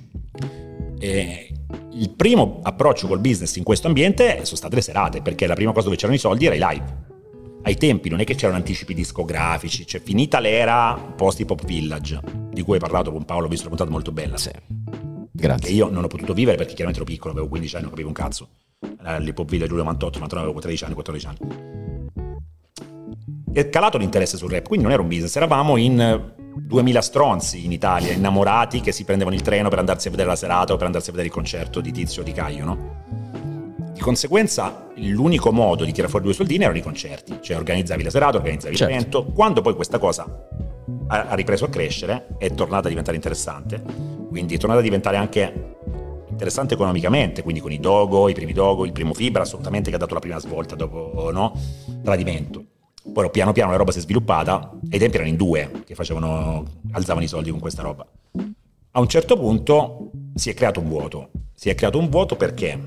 Il primo approccio col business in questo ambiente sono state le serate, perché la prima cosa dove c'erano i soldi era i live. Ai tempi non è che c'erano anticipi discografici, cioè finita l'era post Hip Hop Village, di cui hai parlato con Paolo, ho visto una puntata molto bella. Sì. Grazie. Che io non ho potuto vivere perché chiaramente ero piccolo, avevo 15 anni, non capivo un cazzo. L'Hip Hop Village 98, ma avevo 13 anni, 14 anni. È calato l'interesse sul rap, quindi non era un business, eravamo in 2000 stronzi in Italia, innamorati che si prendevano il treno per andarsi a vedere la serata o per andarsi a vedere il concerto di Tizio o di Caio, no? Di conseguenza l'unico modo di tirare fuori due soldini erano i concerti, cioè organizzavi la serata, organizzavi l'evento. Quando poi questa cosa ha ripreso a crescere, è tornata a diventare interessante, quindi è tornata a diventare anche interessante economicamente, quindi con i Dogo, i primi Dogo, il primo Fibra assolutamente che ha dato la prima svolta dopo, no? Tradimento. Poi piano piano la roba si è sviluppata e i tempi erano in due che alzavano i soldi con questa roba. A un certo punto si è creato un vuoto perché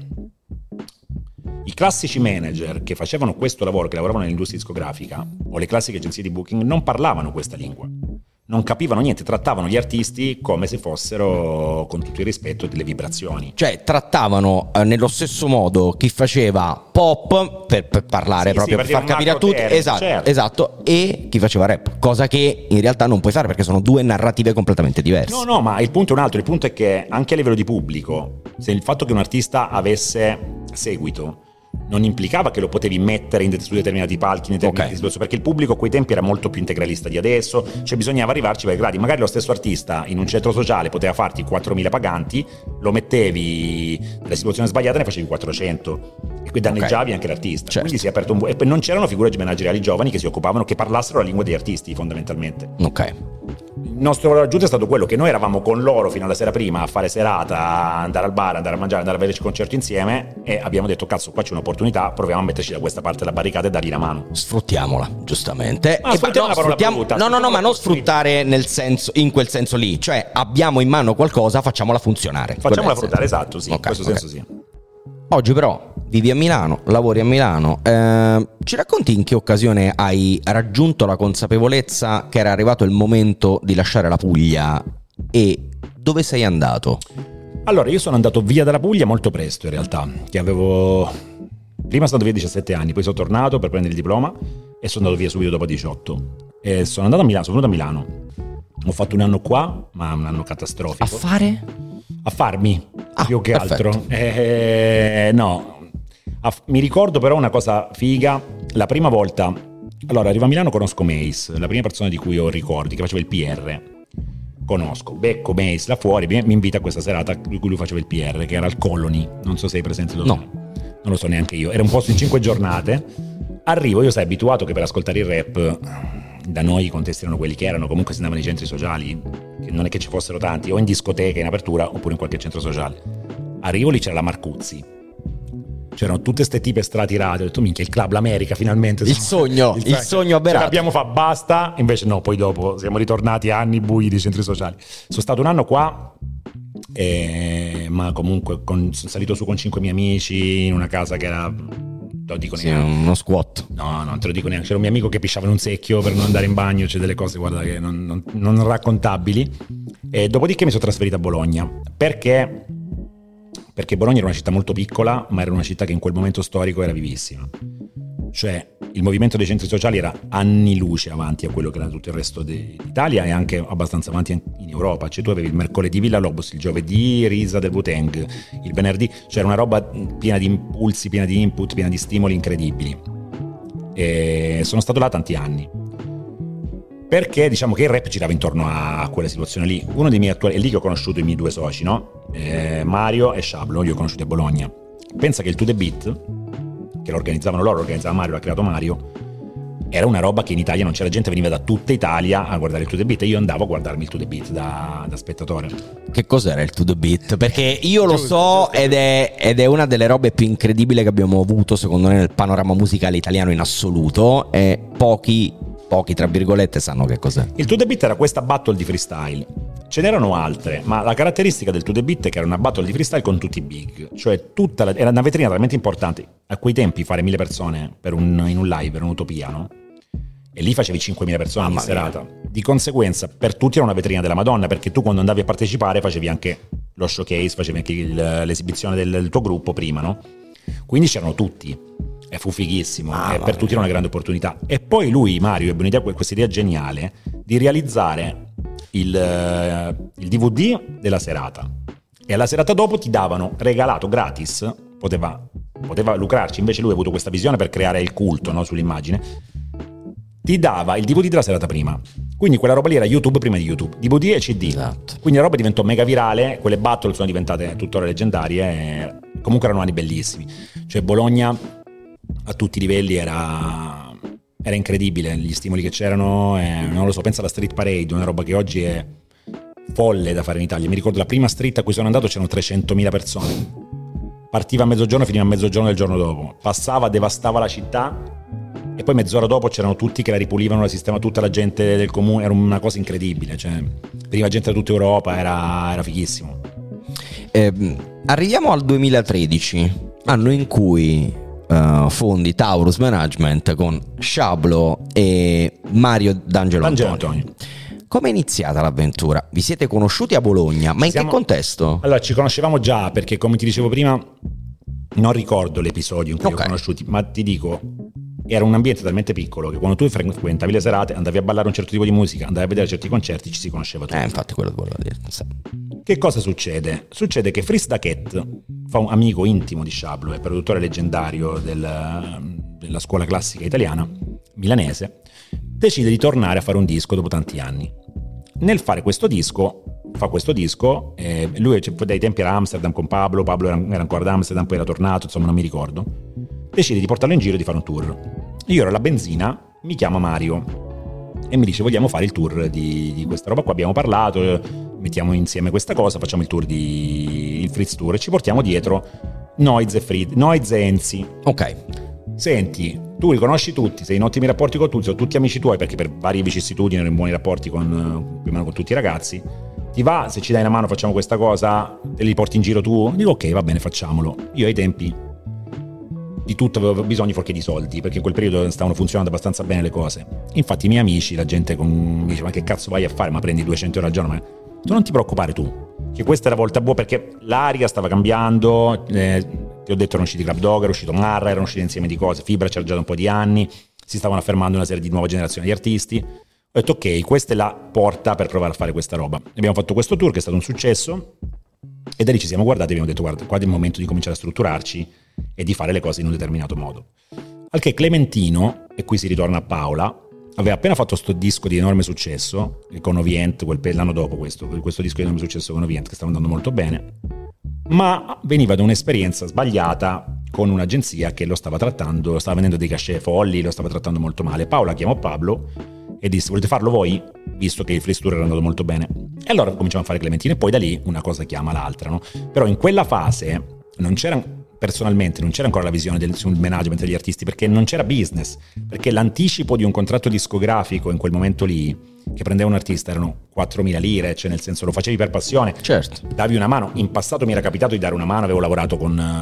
i classici manager che facevano questo lavoro, che lavoravano nell'industria discografica o le classiche agenzie di booking non parlavano questa lingua, non capivano niente, trattavano gli artisti come se fossero, con tutto il rispetto, delle vibrazioni. Cioè trattavano nello stesso modo chi faceva pop per parlare proprio, per far capire a tutti, esatto, e chi faceva rap, cosa che in realtà non puoi fare perché sono due narrative completamente diverse. No, ma il punto è un altro, il punto è che anche a livello di pubblico, se il fatto che un artista avesse seguito non implicava che lo potevi mettere su determinati palchi, perché il pubblico a quei tempi era molto più integralista di adesso, cioè bisognava arrivarci per gradi. Magari lo stesso artista in un centro sociale poteva farti 4.000 paganti, lo mettevi nella situazione sbagliata, ne facevi 400 e qui danneggiavi anche l'artista. Certo. Quindi si è aperto e non c'erano figure manageriali giovani che si occupavano, che parlassero la lingua degli artisti fondamentalmente. Ok. Il nostro valore aggiunto è stato quello che noi eravamo con loro fino alla sera prima a fare serata, andare al bar, andare a mangiare, andare a vedere il concerto insieme, e abbiamo detto cazzo, qua c'è un'opportunità, proviamo a metterci da questa parte della barricata e dargli una mano. Sfruttiamola, giustamente. Ma non sfruttare in quel senso lì, cioè abbiamo in mano qualcosa, facciamola funzionare. Facciamola fruttare, esatto, sì, in questo senso sì. Oggi però vivi a Milano, lavori a Milano, ci racconti in che occasione hai raggiunto la consapevolezza che era arrivato il momento di lasciare la Puglia e dove sei andato? Allora, io sono andato via dalla Puglia molto presto in realtà, che avevo... Prima sono andato via a 17 anni, poi sono tornato per prendere il diploma e sono andato via subito dopo 18. E sono andato a Milano, sono venuto a Milano. Ho fatto un anno qua, ma un anno catastrofico. A fare? A farmi, più che perfetto. Altro. Mi ricordo però una cosa figa, la prima volta, allora arrivo a Milano, conosco Mace, la prima persona di cui ho ricordi, che faceva il PR, conosco, becco Mace là fuori, mi invita a questa serata in cui lui faceva il PR, che era al Colony, non so se sei presente dove. No. Non lo so neanche io, era un posto in 5 giornate, arrivo, io sai abituato che per ascoltare il rap da noi i contesti erano quelli che erano, comunque si andavano nei centri sociali, che non è che ci fossero tanti, o in discoteca in apertura oppure in qualche centro sociale. Arrivo, lì c'era la Marcuzzi, c'erano tutte ste tipe stratirate, ho detto minchia, il club, l'America finalmente, il sogno avverato, abbiamo fatto basta, invece no, poi dopo siamo ritornati a anni bui di centri sociali. Sono stato un anno qua, ma comunque sono salito su con 5 miei amici in una casa che era, lo dico neanche, uno squat. No, non te lo dico neanche. C'era un mio amico che pisciava in un secchio per non andare in bagno, c'è delle cose, guarda, che non raccontabili. E dopodiché mi sono trasferito a Bologna perché Bologna era una città molto piccola, ma era una città che in quel momento storico era vivissima. Cioè il movimento dei centri sociali era anni luce avanti a quello che era tutto il resto d'Italia e anche abbastanza avanti in Europa. Cioè tu avevi il mercoledì Villa Lobos, il giovedì Risa del Wu-Tang, il venerdì, c'era una roba piena di impulsi, piena di input, piena di stimoli incredibili. e sono stato là tanti anni. Perché diciamo che il rap girava intorno a quella situazione lì. Uno dei miei attuali, è lì che ho conosciuto i miei due soci, no? Mario e Sciablo, li ho conosciuti a Bologna. Pensa che il To The Beat, che lo organizzavano loro, lo organizzava Mario, l'ha creato Mario, era una roba che in Italia non c'era gente, veniva da tutta Italia a guardare il To The Beat, e io andavo a guardarmi il To The Beat da spettatore. Che cos'era il To The Beat? Perché io lo so ed è una delle robe più incredibili che abbiamo avuto secondo me nel panorama musicale italiano in assoluto, e pochi tra virgolette sanno che cos'è. Il To The Beat era questa battle di freestyle. Ce n'erano altre, ma la caratteristica del To The Beat è che era una battle di freestyle con tutti i big, cioè era una vetrina talmente importante. A quei tempi fare 1000 persone in un live era un'utopia, no? E lì facevi 5.000 persone in serata. Di conseguenza per tutti era una vetrina della Madonna, perché tu quando andavi a partecipare facevi anche lo showcase, facevi anche l'esibizione del tuo gruppo prima, no? Quindi c'erano tutti e fu fighissimo, e per tutti era una grande opportunità. E poi lui, Mario, ebbe questa idea geniale di realizzare il DVD della serata, e alla serata dopo ti davano regalato gratis, poteva lucrarci, invece lui ha avuto questa visione per creare il culto, no, sull'immagine, ti dava il DVD della serata prima, quindi quella roba lì era YouTube prima di YouTube, DVD e CD, esatto. Quindi la roba diventò mega virale, quelle battle sono diventate tuttora leggendarie, e comunque erano anni bellissimi, cioè Bologna a tutti i livelli era incredibile, gli stimoli che c'erano, non lo so, pensa alla Street Parade, una roba che oggi è folle da fare in Italia. Mi ricordo la prima street a cui sono andato, c'erano 300.000 persone, partiva a mezzogiorno, finiva a mezzogiorno del giorno dopo, passava, devastava la città, e poi mezz'ora dopo c'erano tutti che la ripulivano, la sistemava tutta la gente del comune, era una cosa incredibile, cioè veniva gente da tutta Europa, era fighissimo. Arriviamo al 2013, anno in cui fondi Taurus Management con Sciablo e Mario D'Angelo Antonio. Come è iniziata l'avventura? Vi siete conosciuti a Bologna, ma in che contesto? Allora, ci conoscevamo già, perché come ti dicevo prima non ricordo l'episodio in cui li ho conosciuti, ma ti dico, era un ambiente talmente piccolo che quando tu frequentavi le serate, andavi a ballare un certo tipo di musica, andavi a vedere certi concerti, ci si conosceva tutti. Infatti quello che volevo dire. Che cosa succede? Succede che Fritz Da Cat, fa un amico intimo di Sciablo, è produttore leggendario della scuola classica italiana, milanese, decide di tornare a fare un disco dopo tanti anni. Nel fare questo disco, lui dai tempi era a Amsterdam con Pablo era ancora ad Amsterdam, poi era tornato, insomma non mi ricordo, decide di portarlo in giro e di fare un tour. Io ero alla benzina, mi chiama Mario e mi dice: vogliamo fare il tour di questa roba qua, abbiamo parlato, mettiamo insieme questa cosa, facciamo il tour il Fritz Tour, e ci portiamo dietro Noiz e Enzi. Ok. Senti, tu li conosci tutti, sei in ottimi rapporti con tutti, sono tutti amici tuoi, perché per varie vicissitudini ero in buoni rapporti con tutti i ragazzi. Ti va, se ci dai una mano facciamo questa cosa, te li porti in giro tu? Dico ok, va bene, facciamolo. Io ai tempi di tutto avevo bisogno fuorché di soldi, perché in quel periodo stavano funzionando abbastanza bene le cose. Infatti i miei amici, la gente mi dice: ma che cazzo vai a fare? Ma prendi 200 euro al giorno? Ma tu non ti preoccupare tu, che questa è la volta buona, perché l'aria stava cambiando, ti ho detto erano usciti Club Dog, era uscito Marra, erano usciti insieme di cose, Fibra c'era già da un po' di anni, si stavano affermando una serie di nuova generazione di artisti. Ho detto ok, questa è la porta per provare a fare questa roba. Abbiamo fatto questo tour che è stato un successo, e da lì ci siamo guardati e abbiamo detto: guarda, qua è il momento di cominciare a strutturarci e di fare le cose in un determinato modo. Al che Clementino, e qui si ritorna a Paola, aveva appena fatto sto disco di enorme successo con Ovient, l'anno dopo questo disco di enorme successo con Ovient, che stava andando molto bene, ma veniva da un'esperienza sbagliata con un'agenzia che lo stava trattando, stava vendendo dei cachet folli, lo stava trattando molto male. Paola chiamò Pablo e disse: volete farlo voi? Visto che il Free Tour era andato molto bene. E allora cominciamo a fare Clementino, e poi da lì una cosa chiama l'altra, no? Però in quella fase personalmente non c'era ancora la visione sul management degli artisti, perché non c'era business, perché l'anticipo di un contratto discografico in quel momento lì, che prendeva un artista, erano 4.000 lire, cioè nel senso lo facevi per passione, certo, davi una mano. In passato mi era capitato di dare una mano, avevo lavorato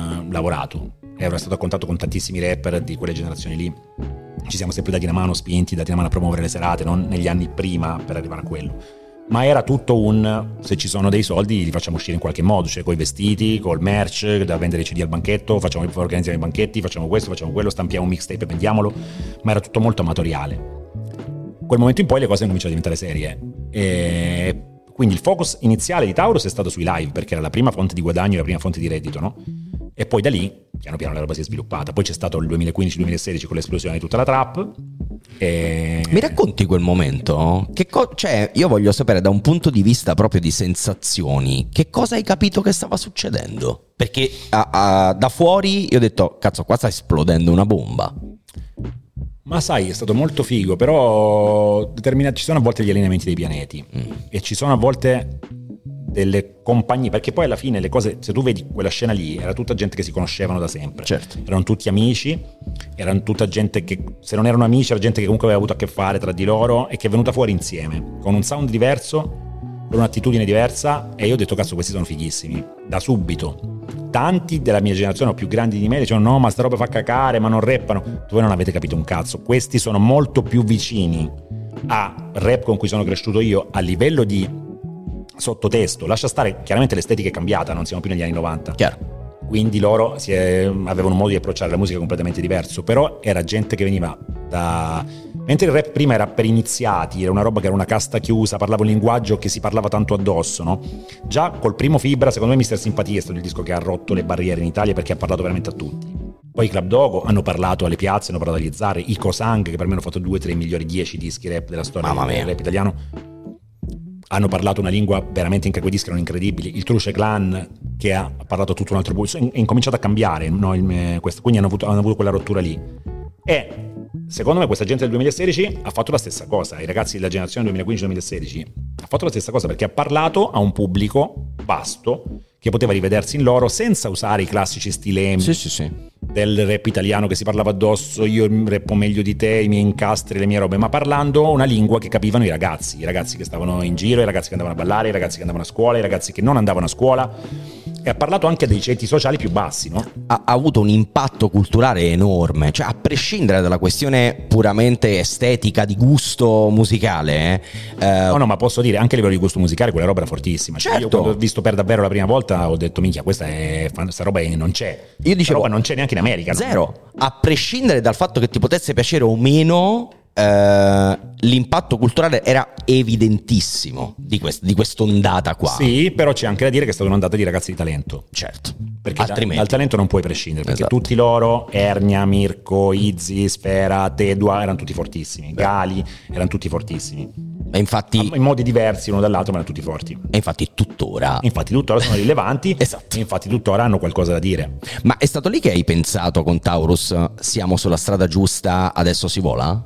ero stato a contatto con tantissimi rapper di quelle generazioni lì, ci siamo sempre dati una mano, dati una mano a promuovere le serate, non negli anni prima per arrivare a quello, ma era tutto se ci sono dei soldi li facciamo uscire in qualche modo, cioè coi vestiti, col merch da vendere CD al banchetto, organizziamo i banchetti, facciamo questo, facciamo quello, stampiamo un mixtape e vendiamolo, ma era tutto molto amatoriale. Quel momento in poi le cose hanno cominciato a diventare serie, e quindi il focus iniziale di Taurus è stato sui live, perché era la prima fonte di guadagno, la prima fonte di reddito, no? E poi da lì piano piano la roba si è sviluppata. Poi c'è stato il 2015-2016 con l'esplosione di tutta la trap. Mi racconti quel momento? Cioè, io voglio sapere da un punto di vista proprio di sensazioni, che cosa hai capito che stava succedendo? Perché da fuori io ho detto, cazzo, qua sta esplodendo una bomba. Ma sai, è stato molto figo, però ci sono a volte gli allineamenti dei pianeti e ci sono a volte delle compagnie, perché poi alla fine le cose, se tu vedi quella scena lì, era tutta gente che si conoscevano da sempre, certo. Erano tutti amici, erano tutta gente che, se non erano amici, era gente che comunque aveva avuto a che fare tra di loro e che è venuta fuori insieme, con un sound diverso, con un'attitudine diversa, e io ho detto, cazzo, questi sono fighissimi, da subito. Tanti della mia generazione o più grandi di me dicevano, no, ma sta roba fa cacare, ma non rappano. Voi non avete capito un cazzo, questi sono molto più vicini a rap con cui sono cresciuto io, a livello di sottotesto, lascia stare, chiaramente l'estetica è cambiata, non siamo più negli anni 90, chiaro. Quindi loro avevano un modo di approcciare la musica completamente diverso, però era gente che veniva da... Mentre il rap prima era per iniziati, era una roba che era una casta chiusa, parlava un linguaggio che si parlava tanto addosso, no? Già col primo Fibra, secondo me Mr. Simpatia è stato il disco che ha rotto le barriere in Italia, perché ha parlato veramente a tutti. Poi i Club Dogo hanno parlato alle piazze, hanno parlato agli zar, i Cosang, che per me hanno fatto 2 tra i migliori 10 dischi rap della storia del rap italiano, hanno parlato una lingua veramente, anche quei dischi erano incredibili. Il Truce Clan, che ha parlato tutto un altro pulso, è incominciato a cambiare, no? Quindi hanno avuto quella rottura lì. E secondo me questa gente del 2016 ha fatto la stessa cosa, i ragazzi della generazione 2015-2016 ha fatto la stessa cosa, perché ha parlato a un pubblico vasto che poteva rivedersi in loro senza usare i classici stilemi del rap italiano che si parlava addosso, io rappo meglio di te, i miei incastri, le mie robe, ma parlando una lingua che capivano i ragazzi che stavano in giro, i ragazzi che andavano a ballare, i ragazzi che andavano a scuola, i ragazzi che non andavano a scuola. E ha parlato anche dei ceti sociali più bassi, no? Ha avuto un impatto culturale enorme, cioè a prescindere dalla questione puramente estetica di gusto musicale. No, ma posso dire, anche a livello di gusto musicale quella roba era fortissima. Certo. Cioè, io quando ho visto per davvero la prima volta ho detto, minchia, questa roba non c'è. Io dicevo, roba non c'è neanche in America. Zero. No? A prescindere dal fatto che ti potesse piacere o meno, l'impatto culturale era evidentissimo di quest'ondata qua. Sì, però c'è anche da dire che è stata un'ondata di ragazzi di talento. Certo. Perché dal talento non puoi prescindere, perché tutti loro, Ernia, Mirko, Izzy, Sfera, Tedua, erano tutti fortissimi. Gali, erano tutti fortissimi. E infatti, in modi diversi uno dall'altro, ma erano tutti forti. E infatti tuttora sono rilevanti. Esatto. E infatti tuttora hanno qualcosa da dire. Ma è stato lì che hai pensato con Taurus, siamo sulla strada giusta, adesso si vola?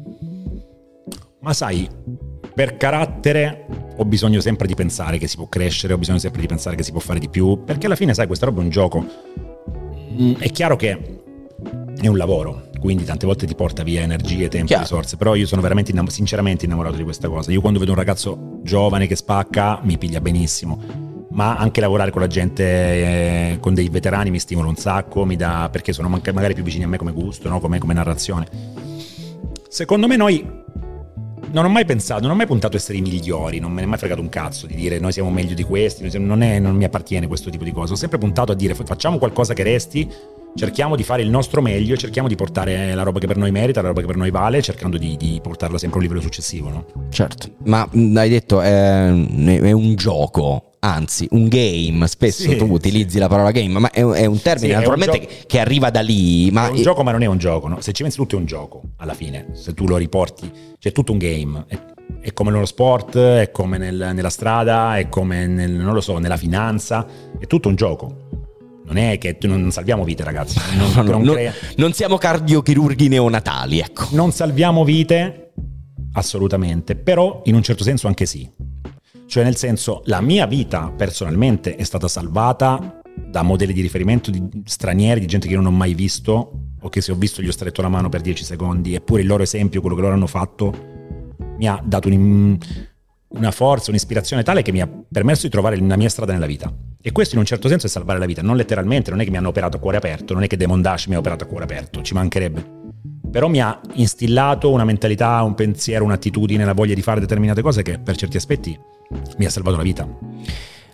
Ma sai, per carattere ho bisogno sempre di pensare che si può crescere, ho bisogno sempre di pensare che si può fare di più, perché alla fine, sai, questa roba è un gioco. È chiaro che è un lavoro, quindi tante volte ti porta via energie, tempo, risorse, però io sono veramente sinceramente innamorato di questa cosa. Io quando vedo un ragazzo giovane che spacca mi piglia benissimo, ma anche lavorare con la gente, con dei veterani, mi stimola un sacco, mi dà, perché sono magari più vicini a me come gusto, no? come narrazione. Secondo me noi non ho mai puntato a essere i migliori, non me ne è mai fregato un cazzo di dire noi siamo meglio di questi, non mi appartiene questo tipo di cosa. Ho sempre puntato a dire facciamo qualcosa che resti, cerchiamo di fare il nostro meglio, cerchiamo di portare la roba che per noi merita, la roba che per noi vale, cercando di portarla sempre a un livello successivo, no? Certo, ma hai detto è un gioco, anzi un game, spesso tu utilizzi la parola game, ma è un termine naturalmente che arriva da lì. Ma è un gioco, ma non è un gioco, no? Se ci pensi, tutto è un gioco alla fine, se tu lo riporti, c'è tutto un game. È come nello sport, è come nella strada, è come non lo so, nella finanza, è tutto un gioco. Non è che non salviamo vite, ragazzi. Non siamo cardiochirurghi neonatali, ecco. Non salviamo vite, assolutamente, però in un certo senso anche sì. Cioè, nel senso, la mia vita personalmente è stata salvata da modelli di riferimento di stranieri, di gente che io non ho mai visto, o che se ho visto gli ho stretto la mano per 10 secondi, eppure il loro esempio, quello che loro hanno fatto, mi ha dato una forza, un'ispirazione tale che mi ha permesso di trovare la mia strada nella vita. E questo in un certo senso è salvare la vita, non letteralmente, non è che mi hanno operato a cuore aperto, non è che Demon Dash mi ha operato a cuore aperto, ci mancherebbe. Però mi ha instillato una mentalità, un pensiero, un'attitudine, la voglia di fare determinate cose che per certi aspetti mi ha salvato la vita.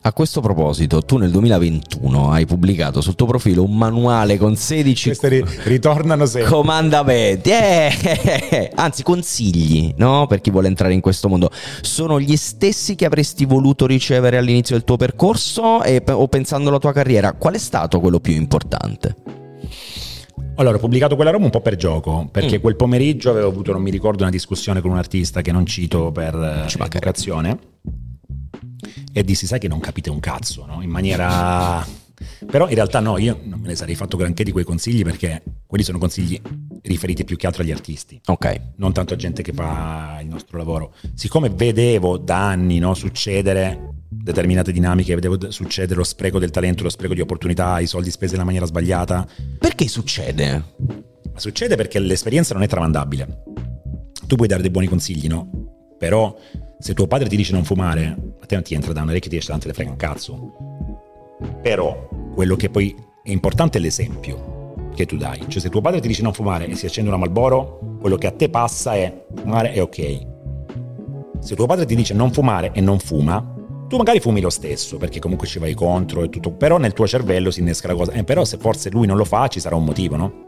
A questo proposito, tu nel 2021 hai pubblicato sul tuo profilo un manuale con 16 ritornano sempre comandamenti, anzi consigli, no? Per chi vuole entrare in questo mondo. Sono gli stessi che avresti voluto ricevere all'inizio del tuo percorso o pensando alla tua carriera? Qual è stato quello più importante? Allora, ho pubblicato quella roba un po' per gioco, perché quel pomeriggio avevo avuto, non mi ricordo, una discussione con un artista che non cito per educazione, e dissi: sai che non capite un cazzo, no? In maniera... Però in realtà no, io non me ne sarei fatto granché di quei consigli, perché quelli sono consigli riferiti più che altro agli artisti, non tanto a gente che fa il nostro lavoro. Siccome vedevo da anni, no, succedere determinate dinamiche, vedevo succedere lo spreco del talento, lo spreco di opportunità, i soldi spesi nella maniera sbagliata. Perché succede? Succede perché l'esperienza non è tramandabile. Tu puoi dare dei buoni consigli, no? Però se tuo padre ti dice non fumare, a te non ti entra da un orecchio e ti esce davanti, te frega un cazzo. Però quello che poi è importante è l'esempio che tu dai. Cioè, se tuo padre ti dice non fumare e si accende una Marlboro, quello che a te passa è: fumare è ok. Se tuo padre ti dice non fumare e non fuma, tu magari fumi lo stesso, perché comunque ci vai contro e tutto, però nel tuo cervello si innesca la cosa. Però se forse lui non lo fa, ci sarà un motivo, no?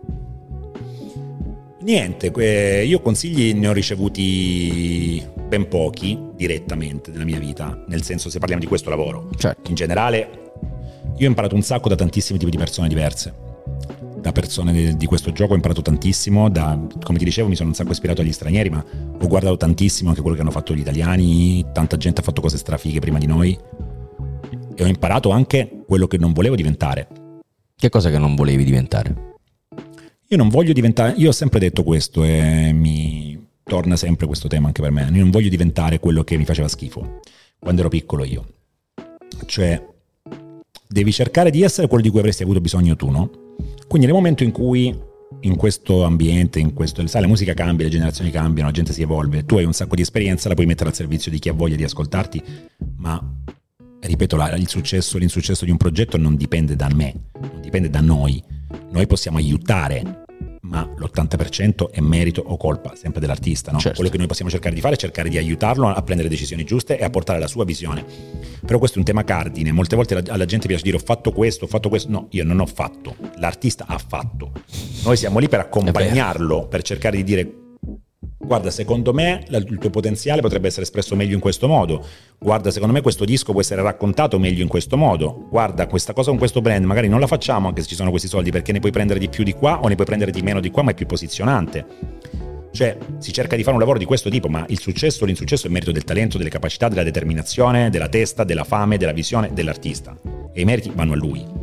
Niente, io consigli ne ho ricevuti ben pochi direttamente nella mia vita, nel senso, se parliamo di questo lavoro. Certo. In generale, io ho imparato un sacco da tantissimi tipi di persone diverse. Da persone di questo gioco ho imparato tantissimo, come ti dicevo, mi sono un sacco ispirato agli stranieri, ma ho guardato tantissimo anche quello che hanno fatto gli italiani. Tanta gente ha fatto cose strafighe prima di noi, e ho imparato anche quello che non volevo diventare. Che cosa che non volevi diventare? Io non voglio diventare, io ho sempre detto questo e mi torna sempre questo tema anche per me. Io non voglio diventare quello che mi faceva schifo quando ero piccolo io. Cioè, devi cercare di essere quello di cui avresti avuto bisogno tu, no? Quindi nel momento in cui in questo ambiente, sai, la musica cambia, le generazioni cambiano, la gente si evolve, tu hai un sacco di esperienza, la puoi mettere al servizio di chi ha voglia di ascoltarti, ma ripeto, il successo, l'insuccesso di un progetto non dipende da me, non dipende da noi. Noi possiamo aiutare, ma l'80% è merito o colpa sempre dell'artista, no? Certo. Quello che noi possiamo cercare di fare è cercare di aiutarlo a prendere decisioni giuste e a portare la sua visione. Però questo è un tema cardine. Molte volte alla gente piace dire: ho fatto questo. No, io non ho fatto, l'artista ha fatto. Noi siamo lì per accompagnarlo, per cercare di dire: guarda, secondo me il tuo potenziale potrebbe essere espresso meglio in questo modo. Guarda, secondo me questo disco può essere raccontato meglio in questo modo. Guarda, questa cosa con questo brand magari non la facciamo anche se ci sono questi soldi, perché ne puoi prendere di più di qua o ne puoi prendere di meno di qua, ma è più posizionante. Cioè, si cerca di fare un lavoro di questo tipo, ma il successo o l'insuccesso è merito del talento, delle capacità, della determinazione, della testa, della fame, della visione dell'artista. E i meriti vanno a lui.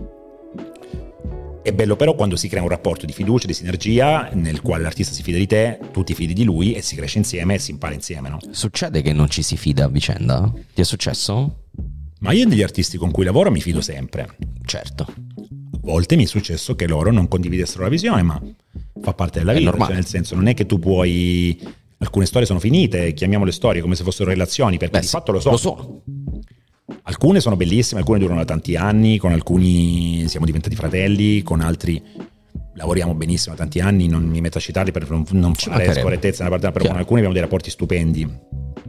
È bello però quando si crea un rapporto di fiducia, di sinergia, nel quale l'artista si fida di te, tu ti fidi di lui e si cresce insieme e si impara insieme, no? Succede che non ci si fida a vicenda? Ti è successo? Ma io degli artisti con cui lavoro mi fido sempre. Certo. A volte mi è successo che loro non condividessero la visione, ma fa parte della vita, cioè, nel senso, non è che tu puoi... Alcune storie sono finite, chiamiamole storie come se fossero relazioni, perché di fatto lo sono. Alcune sono bellissime, alcune durano da tanti anni, con alcuni siamo diventati fratelli, con altri lavoriamo benissimo da tanti anni, non mi metto a citarli per non fare scorrettezza nella parte, però con alcuni abbiamo dei rapporti stupendi.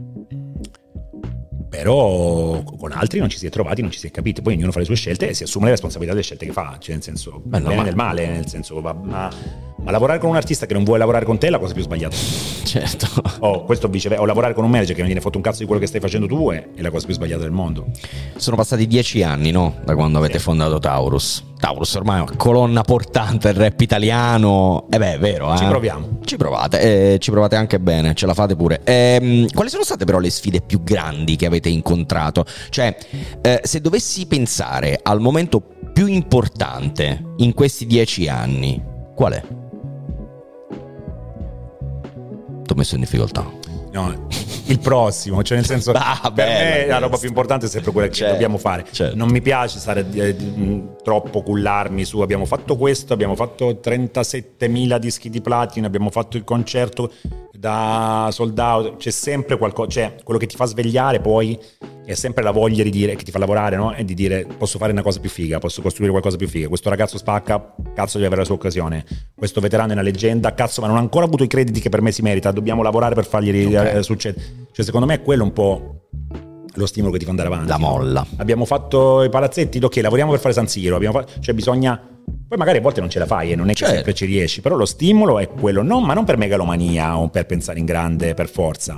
Però con altri non ci si è trovati, non ci si è capiti, poi ognuno fa le sue scelte e si assume le responsabilità delle scelte che fa, cioè nel senso, bene e nel male, nel senso, ma lavorare con un artista che non vuole lavorare con te è la cosa più sbagliata. Certo. Questo viceversa, o lavorare con un manager che non gliene fotte un cazzo di quello che stai facendo tu è la cosa più sbagliata del mondo. Sono passati 10 anni, no? Da quando avete fondato Taurus. Taurus ormai è una colonna portante del rap italiano. È vero, eh? Ci proviamo. Ci provate anche bene, ce la fate pure. Quali sono state però le sfide più grandi che avete incontrato? Cioè, se dovessi pensare al momento più importante in questi 10 anni, qual è? Ti ho messo in difficoltà. No, il prossimo, cioè nel senso, per me la roba più importante è sempre quella che dobbiamo fare. Certo. Non mi piace stare troppo cullarmi su abbiamo fatto questo, abbiamo fatto 37.000 dischi di platino, abbiamo fatto il concerto da sold out. C'è sempre qualcosa, cioè quello che ti fa svegliare poi è sempre la voglia di dire, che ti fa lavorare, no? E di dire: posso fare una cosa più figa, posso costruire qualcosa più figa, questo ragazzo spacca, cazzo deve avere la sua occasione, questo veterano è una leggenda, cazzo ma non ha ancora avuto i crediti che per me si merita, dobbiamo lavorare per fargli succedere. Cioè secondo me è quello un po' lo stimolo che ti fa andare avanti. La molla. No? Abbiamo fatto i palazzetti, ok, lavoriamo per fare San Siro, cioè bisogna, poi magari a volte non ce la fai e non è che sempre ci riesci, però lo stimolo è quello, ma non per megalomania o per pensare in grande per forza,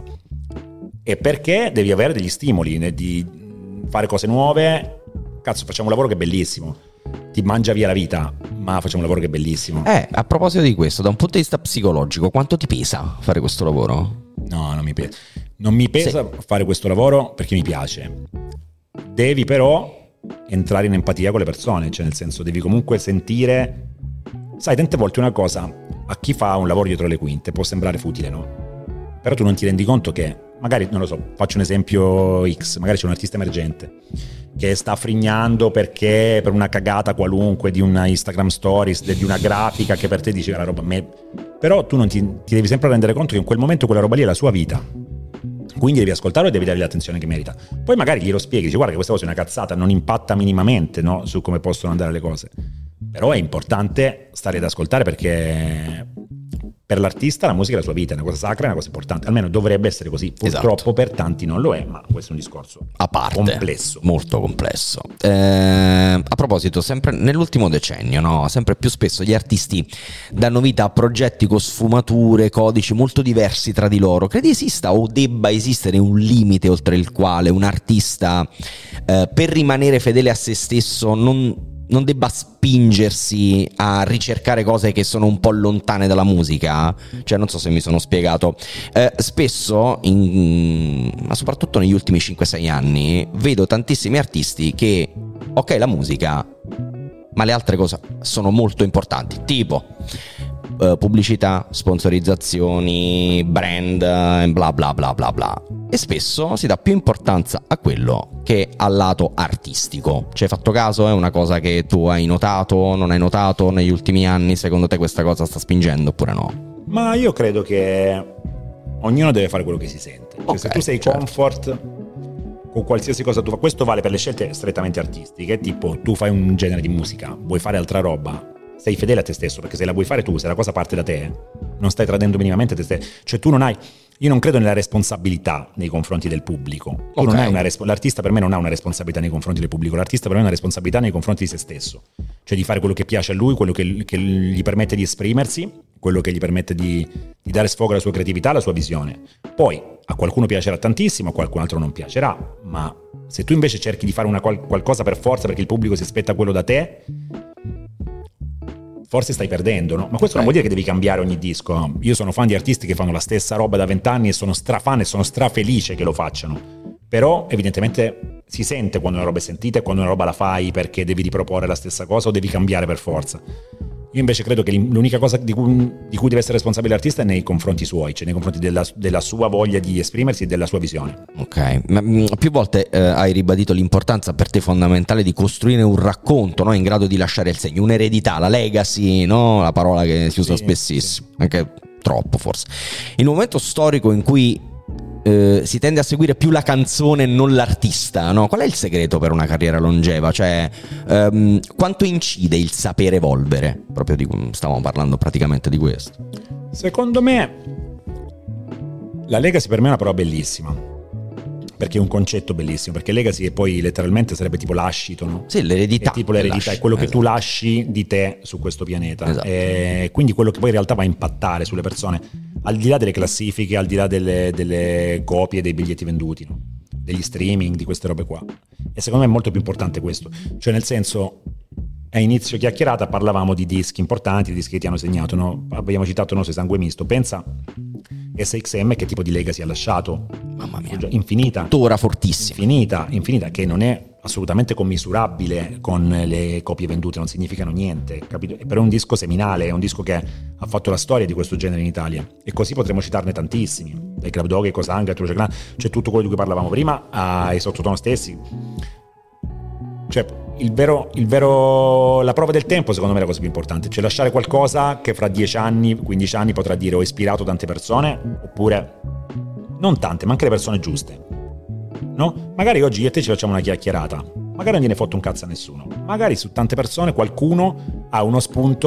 è perché devi avere degli stimoli, di fare cose nuove. Cazzo, facciamo un lavoro che è bellissimo, ti mangia via la vita, ma facciamo un lavoro che è bellissimo. A proposito di questo, da un punto di vista psicologico, quanto ti pesa fare questo lavoro? No, non mi pesa. Non mi pesa fare questo lavoro perché mi piace. Devi però entrare in empatia con le persone, cioè nel senso devi comunque sentire. Sai, tante volte una cosa a chi fa un lavoro dietro le quinte può sembrare futile, no? Però tu non ti rendi conto che magari, non lo so, faccio un esempio X, magari c'è un artista emergente che sta frignando perché per una cagata qualunque di una Instagram Stories, di una grafica che per te dice la roba però tu non ti devi sempre rendere conto che in quel momento quella roba lì è la sua vita, quindi devi ascoltarlo e devi dargli l'attenzione che merita. Poi magari glielo spieghi, dici guarda che questa cosa è una cazzata, non impatta minimamente, no, su come possono andare le cose, però è importante stare ad ascoltare perché per l'artista la musica è la sua vita, è una cosa sacra, è una cosa importante, almeno dovrebbe essere così. Purtroppo per tanti non lo è, ma questo è un discorso a parte, complesso, molto complesso. A proposito, sempre nell'ultimo decennio, no, sempre più spesso gli artisti danno vita a progetti con sfumature, codici molto diversi tra di loro. Credi esista o debba esistere un limite oltre il quale un artista per rimanere fedele a se stesso non debba spingersi a ricercare cose che sono un po' lontane dalla musica? Cioè, non so se mi sono spiegato. Spesso, ma soprattutto negli ultimi 5-6 anni, vedo tantissimi artisti che, ok, la musica, ma le altre cose sono molto importanti, tipo pubblicità, sponsorizzazioni, brand, bla bla bla bla bla. E spesso si dà più importanza a quello che al lato artistico. Ci hai fatto caso? È una cosa che tu hai notato, non hai notato negli ultimi anni? Secondo te questa cosa sta spingendo oppure no? Ma io credo che ognuno deve fare quello che si sente. Cioè, Okay, se tu sei comfort con qualsiasi cosa tu fai, questo vale per le scelte strettamente artistiche, tipo tu fai un genere di musica, vuoi fare altra roba, sei fedele a te stesso, perché se la vuoi fare tu, se la cosa parte da te, non stai tradendo minimamente te stesso. Cioè tu non hai, io non credo nella responsabilità nei confronti del pubblico. Tu non hai l'artista per me non ha una responsabilità nei confronti del pubblico, l'artista per me ha una responsabilità nei confronti di se stesso, cioè di fare quello che piace a lui, quello che gli permette di esprimersi, quello che gli permette di dare sfogo alla sua creatività, alla sua visione. Poi a qualcuno piacerà tantissimo, a qualcun altro non piacerà, ma se tu invece cerchi di fare qualcosa per forza perché il pubblico si aspetta quello da te, forse stai perdendo, no? Ma questo non vuol dire che devi cambiare ogni disco. Io sono fan di artisti che fanno la stessa roba da 20 anni e sono strafan e sono strafelice che lo facciano. Però evidentemente si sente quando una roba è sentita e quando una roba la fai perché devi riproporre la stessa cosa o devi cambiare per forza. Io invece credo che l'unica cosa di cui deve essere responsabile l'artista è nei confronti suoi, cioè nei confronti della sua voglia di esprimersi e della sua visione. Ok, ma più volte hai ribadito l'importanza per te fondamentale di costruire un racconto, no, in grado di lasciare il segno, un'eredità, la legacy, no, la parola che si usa spessissimo, anche troppo forse. In un momento storico in cui si tende a seguire più la canzone e non l'artista, no? Qual è il segreto per una carriera longeva? Cioè, quanto incide il saper evolvere? Proprio stavamo parlando praticamente di questo. Secondo me la legacy per me è una parola bellissima, perché è un concetto bellissimo, perché legacy e poi letteralmente sarebbe tipo lascito, no? Sì, l'eredità. È tipo l'eredità, è quello che tu lasci di te su questo pianeta. Esatto. E quindi quello che poi in realtà va a impattare sulle persone, al di là delle classifiche, al di là delle copie, dei biglietti venduti, no? Degli streaming, di queste robe qua. E secondo me è molto più importante questo. Cioè nel senso, a inizio chiacchierata parlavamo di dischi importanti, di dischi che ti hanno segnato, no? Abbiamo citato il nostro Sangue Misto. Pensa SXM che tipo di legacy ha lasciato. Mamma mia, infinita, tuttora fortissima, infinita, che non è assolutamente commisurabile con le copie vendute, non significano niente, capito? Però è un disco seminale, è un disco che ha fatto la storia di questo genere in Italia, e così potremmo citarne tantissimi, dai Club Dog ai Cosangra, c'è tutto quello di cui parlavamo prima, ai Sottotono stessi. Cioè la prova del tempo secondo me è la cosa più importante, cioè lasciare qualcosa che fra 10 anni, 15 anni potrà dire ho ispirato tante persone, oppure non tante, ma anche le persone giuste, no? Magari oggi io e te ci facciamo una chiacchierata, magari non gliene fotte un cazzo a nessuno, magari su tante persone qualcuno ha uno spunto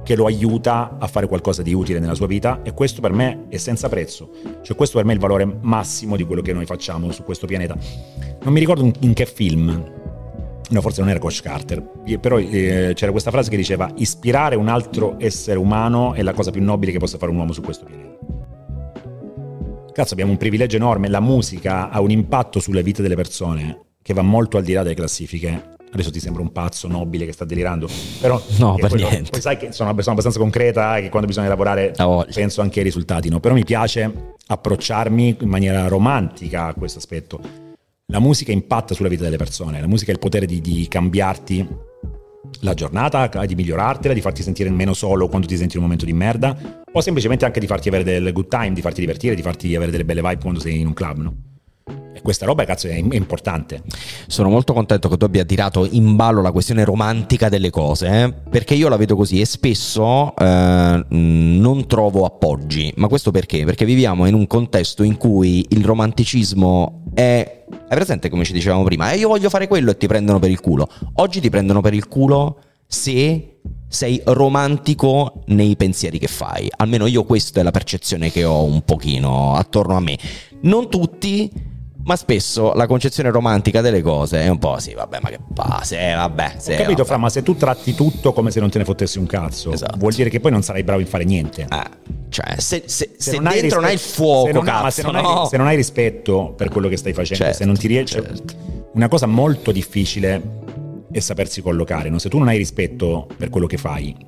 che lo aiuta a fare qualcosa di utile nella sua vita, e questo per me è senza prezzo. Cioè questo per me è il valore massimo di quello che noi facciamo su questo pianeta. Non mi ricordo in che film, no, forse non era Coach Carter, però c'era questa frase che diceva: ispirare un altro essere umano è la cosa più nobile che possa fare un uomo su questo pianeta. Cazzo, abbiamo un privilegio enorme. La musica ha un impatto sulle vite delle persone che va molto al di là delle classifiche. Adesso ti sembra un pazzo nobile che sta delirando, però no, per niente. Poi sai che sono una persona abbastanza concreta e che quando bisogna lavorare penso anche ai risultati, no? Però mi piace approcciarmi in maniera romantica a questo aspetto. La musica impatta sulla vita delle persone, la musica ha il potere di cambiarti la giornata, di migliorartela, di farti sentire meno solo quando ti senti in un momento di merda, o semplicemente anche di farti avere del good time, di farti divertire, di farti avere delle belle vibe quando sei in un club, no? E questa roba, cazzo, è importante. Sono molto contento che tu abbia tirato in ballo la questione romantica delle cose, perché io la vedo così e spesso non trovo appoggi. Ma questo perché? Perché viviamo in un contesto in cui il romanticismo è presente, come ci dicevamo prima, io voglio fare quello, e ti prendono per il culo. Oggi ti prendono per il culo se sei romantico nei pensieri che fai. Almeno io, questa è la percezione che ho un pochino attorno a me. Non tutti, ma spesso la concezione romantica delle cose è un po' sì, vabbè, ma che passe, vabbè. Ho capito, Fra, ma se tu tratti tutto come se non te ne fottessi un cazzo, esatto, vuol dire che poi non sarai bravo in fare niente. Cioè, se dentro non hai il fuoco, se non hai rispetto per quello che stai facendo, certo, se non ti riesci, certo. Una cosa molto difficile è sapersi collocare, no? Se tu non hai rispetto per quello che fai,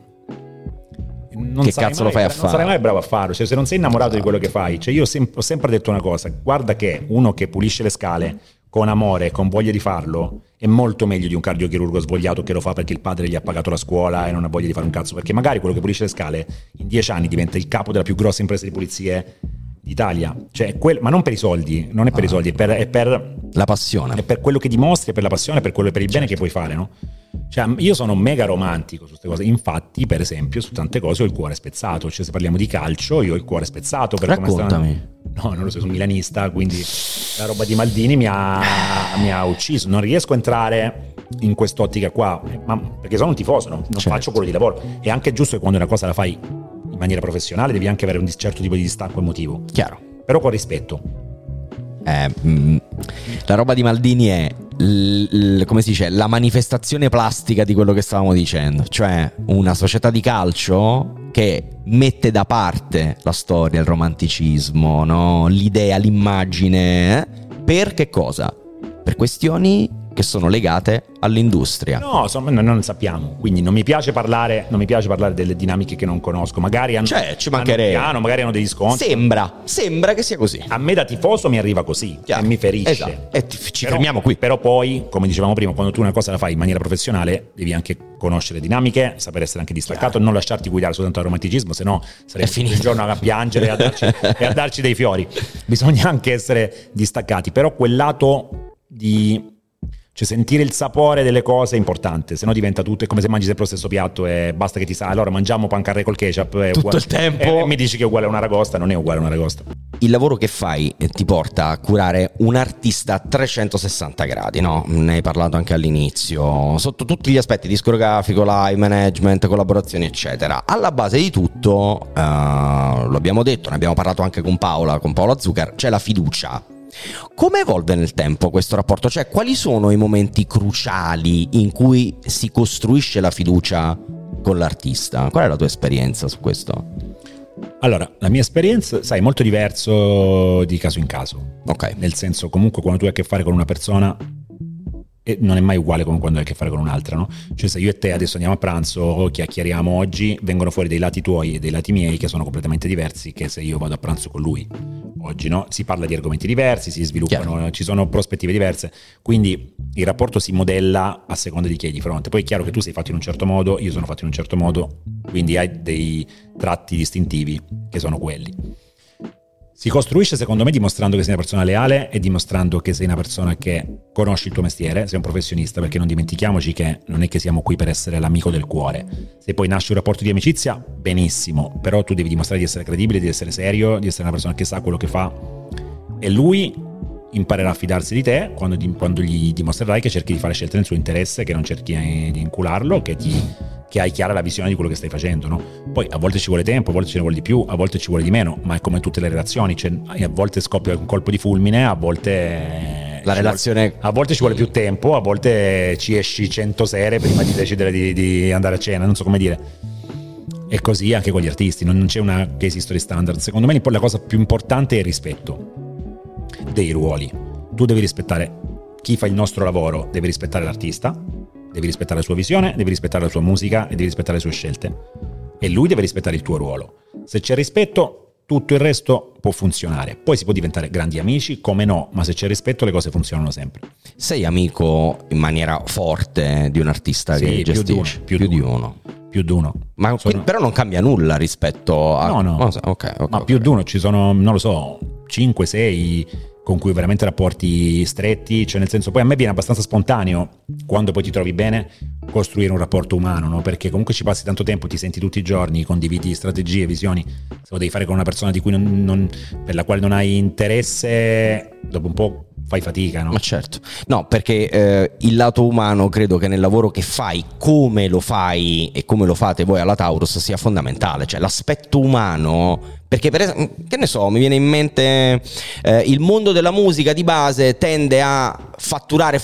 che cazzo lo fai a fare? Non sarai mai bravo a farlo. Cioè, se non sei innamorato di quello che fai, cioè io ho sempre detto una cosa: guarda che uno che pulisce le scale con amore, con voglia di farlo, è molto meglio di un cardiochirurgo svogliato che lo fa perché il padre gli ha pagato la scuola e non ha voglia di fare un cazzo, perché magari quello che pulisce le scale in 10 anni diventa il capo della più grossa impresa di pulizie d'Italia. Cioè, ma non per i soldi, non è per i soldi, è per la passione, è per quello che dimostri, è per la passione, per quello, per il bene che puoi fare, no? Cioè, io sono mega romantico su queste cose. Infatti, per esempio, su tante cose ho il cuore spezzato. Cioè, se parliamo di calcio, io ho il cuore spezzato per raccontami. No, non lo so, sono milanista, quindi la roba di Maldini mi ha ucciso. Non riesco a entrare in quest'ottica qua, ma perché sono un tifoso, no? Non faccio quello di lavoro. È anche giusto che quando una cosa la fai in maniera professionale devi anche avere un certo tipo di distacco emotivo. Chiaro. Però con rispetto. La roba di Maldini è come si dice, la manifestazione plastica di quello che stavamo dicendo, cioè una società di calcio che mette da parte la storia, il romanticismo, no? L'idea, l'immagine, per che cosa? Per questioni che sono legate all'industria. No, insomma, non sappiamo, quindi non mi piace parlare delle dinamiche che non conosco. Magari hanno, ci mancherebbe. Magari hanno degli scontri. Sembra che sia così. A me da tifoso mi arriva così, e mi ferisce. Esatto. E ci fermiamo qui. Però poi, come dicevamo prima, quando tu una cosa la fai in maniera professionale, devi anche conoscere dinamiche, saper essere anche distaccato, non lasciarti guidare soltanto dal romanticismo, se no saremo tutto il giorno a piangere e a darci dei fiori. Bisogna anche essere distaccati, però quel lato di... Cioè, sentire il sapore delle cose è importante, se no diventa tutto, è come se mangi sempre lo stesso piatto e basta che ti sa. Allora mangiamo pancarre col ketchup tutto il tempo e mi dici che è uguale a un'aragosta. Non è uguale a un'aragosta. Il lavoro che fai ti porta a curare un artista a 360 gradi, no? Ne hai parlato anche all'inizio, sotto tutti gli aspetti: discografico, live, management, collaborazioni, eccetera. Alla base di tutto, lo abbiamo detto, ne abbiamo parlato anche con Paola Zucker, c'è la fiducia. Come evolve nel tempo questo rapporto? Cioè, quali sono i momenti cruciali in cui si costruisce la fiducia con l'artista? Qual è la tua esperienza su questo? Allora, la mia esperienza, sai, è molto diverso di caso in caso. Ok. Nel senso, comunque, quando tu hai a che fare con una persona, non è mai uguale come quando hai a che fare con un'altra, no? Cioè, se io e te adesso andiamo a pranzo, chiacchieriamo oggi, vengono fuori dei lati tuoi e dei lati miei che sono completamente diversi che se io vado a pranzo con lui oggi, no? Si parla di argomenti diversi, si sviluppano, ci sono prospettive diverse, quindi il rapporto si modella a seconda di chi hai di fronte. Poi è chiaro che tu sei fatto in un certo modo, io sono fatto in un certo modo, quindi hai dei tratti distintivi che sono quelli. Si costruisce, secondo me, dimostrando che sei una persona leale e dimostrando che sei una persona che conosci il tuo mestiere, sei un professionista, perché non dimentichiamoci che non è che siamo qui per essere l'amico del cuore. Se poi nasce un rapporto di amicizia, benissimo, però tu devi dimostrare di essere credibile, di essere serio, di essere una persona che sa quello che fa, e lui imparerà a fidarsi di te quando gli dimostrerai che cerchi di fare scelte nel suo interesse, che non cerchi di incularlo, che che hai chiara la visione di quello che stai facendo, no? Poi a volte ci vuole tempo, a volte ce ne vuole di più, a volte ci vuole di meno, ma è come tutte le relazioni, cioè, a volte scoppia un colpo di fulmine, a volte la relazione a volte ci vuole più tempo, a volte ci esci 100 sere prima di decidere di andare a cena, non so come dire. E così anche con gli artisti, non c'è una case history standard. Secondo me la cosa più importante è il rispetto dei ruoli. Tu devi rispettare chi fa il nostro lavoro, devi rispettare l'artista, devi rispettare la sua visione, devi rispettare la sua musica e devi rispettare le sue scelte. E lui deve rispettare il tuo ruolo. Se c'è rispetto, tutto il resto può funzionare. Poi si può diventare grandi amici, come no, ma se c'è rispetto le cose funzionano sempre. Sei amico in maniera forte di un artista Sì, che gestisci? Più di uno. Ma però non cambia nulla rispetto a... No. Ma più di uno, ci sono, non lo so, 5, 6 con cui veramente rapporti stretti, cioè nel senso, poi a me viene abbastanza spontaneo, quando poi ti trovi bene, costruire un rapporto umano, no? Perché comunque ci passi tanto tempo, ti senti tutti i giorni, condividi strategie, visioni. Se lo devi fare con una persona di cui per la quale non hai interesse, dopo un po' fai fatica, no? Ma certo, no, perché il lato umano credo che nel lavoro che fai, come lo fai e come lo fate voi alla Taurus, sia fondamentale, cioè l'aspetto umano. Perché per esempio, che ne so, mi viene in mente il mondo della musica di base tende a fatturare,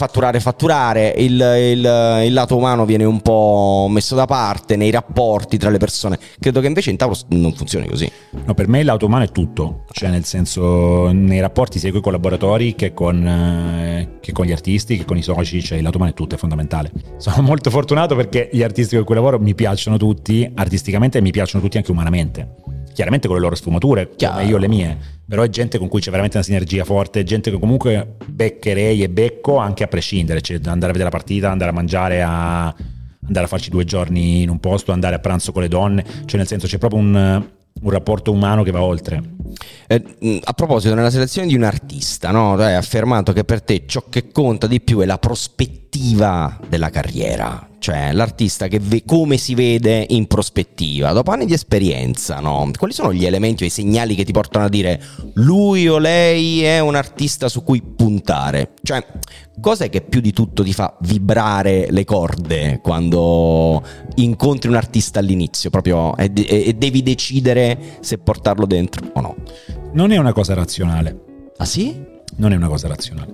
il lato umano viene un po' messo da parte nei rapporti tra le persone. Credo che invece in Taurus non funzioni così. No, per me il lato umano è tutto, cioè nel senso, nei rapporti sia con i collaboratori che con gli artisti, che con i soci, cioè il lato umano è tutto, è fondamentale. Sono molto fortunato perché gli artisti con cui lavoro mi piacciono tutti artisticamente e mi piacciono tutti anche umanamente. Chiaramente con le loro sfumature, come io le mie, però è gente con cui c'è veramente una sinergia forte, gente che comunque beccherei e becco anche a prescindere, cioè andare a vedere la partita, andare a mangiare, andare a farci 2 giorni in un posto, andare a pranzo con le donne, cioè nel senso c'è proprio un rapporto umano che va oltre. A proposito, nella selezione di un artista, no? Hai affermato che per te ciò che conta di più è la prospettiva della carriera, cioè l'artista che come si vede in prospettiva dopo anni di esperienza, no? Quali sono gli elementi o i segnali che ti portano a dire lui o lei è un artista su cui puntare? Cioè, cos'è che più di tutto ti fa vibrare le corde quando incontri un artista all'inizio proprio e devi decidere se portarlo dentro o no? Non è una cosa razionale. Ah sì? Non è una cosa razionale.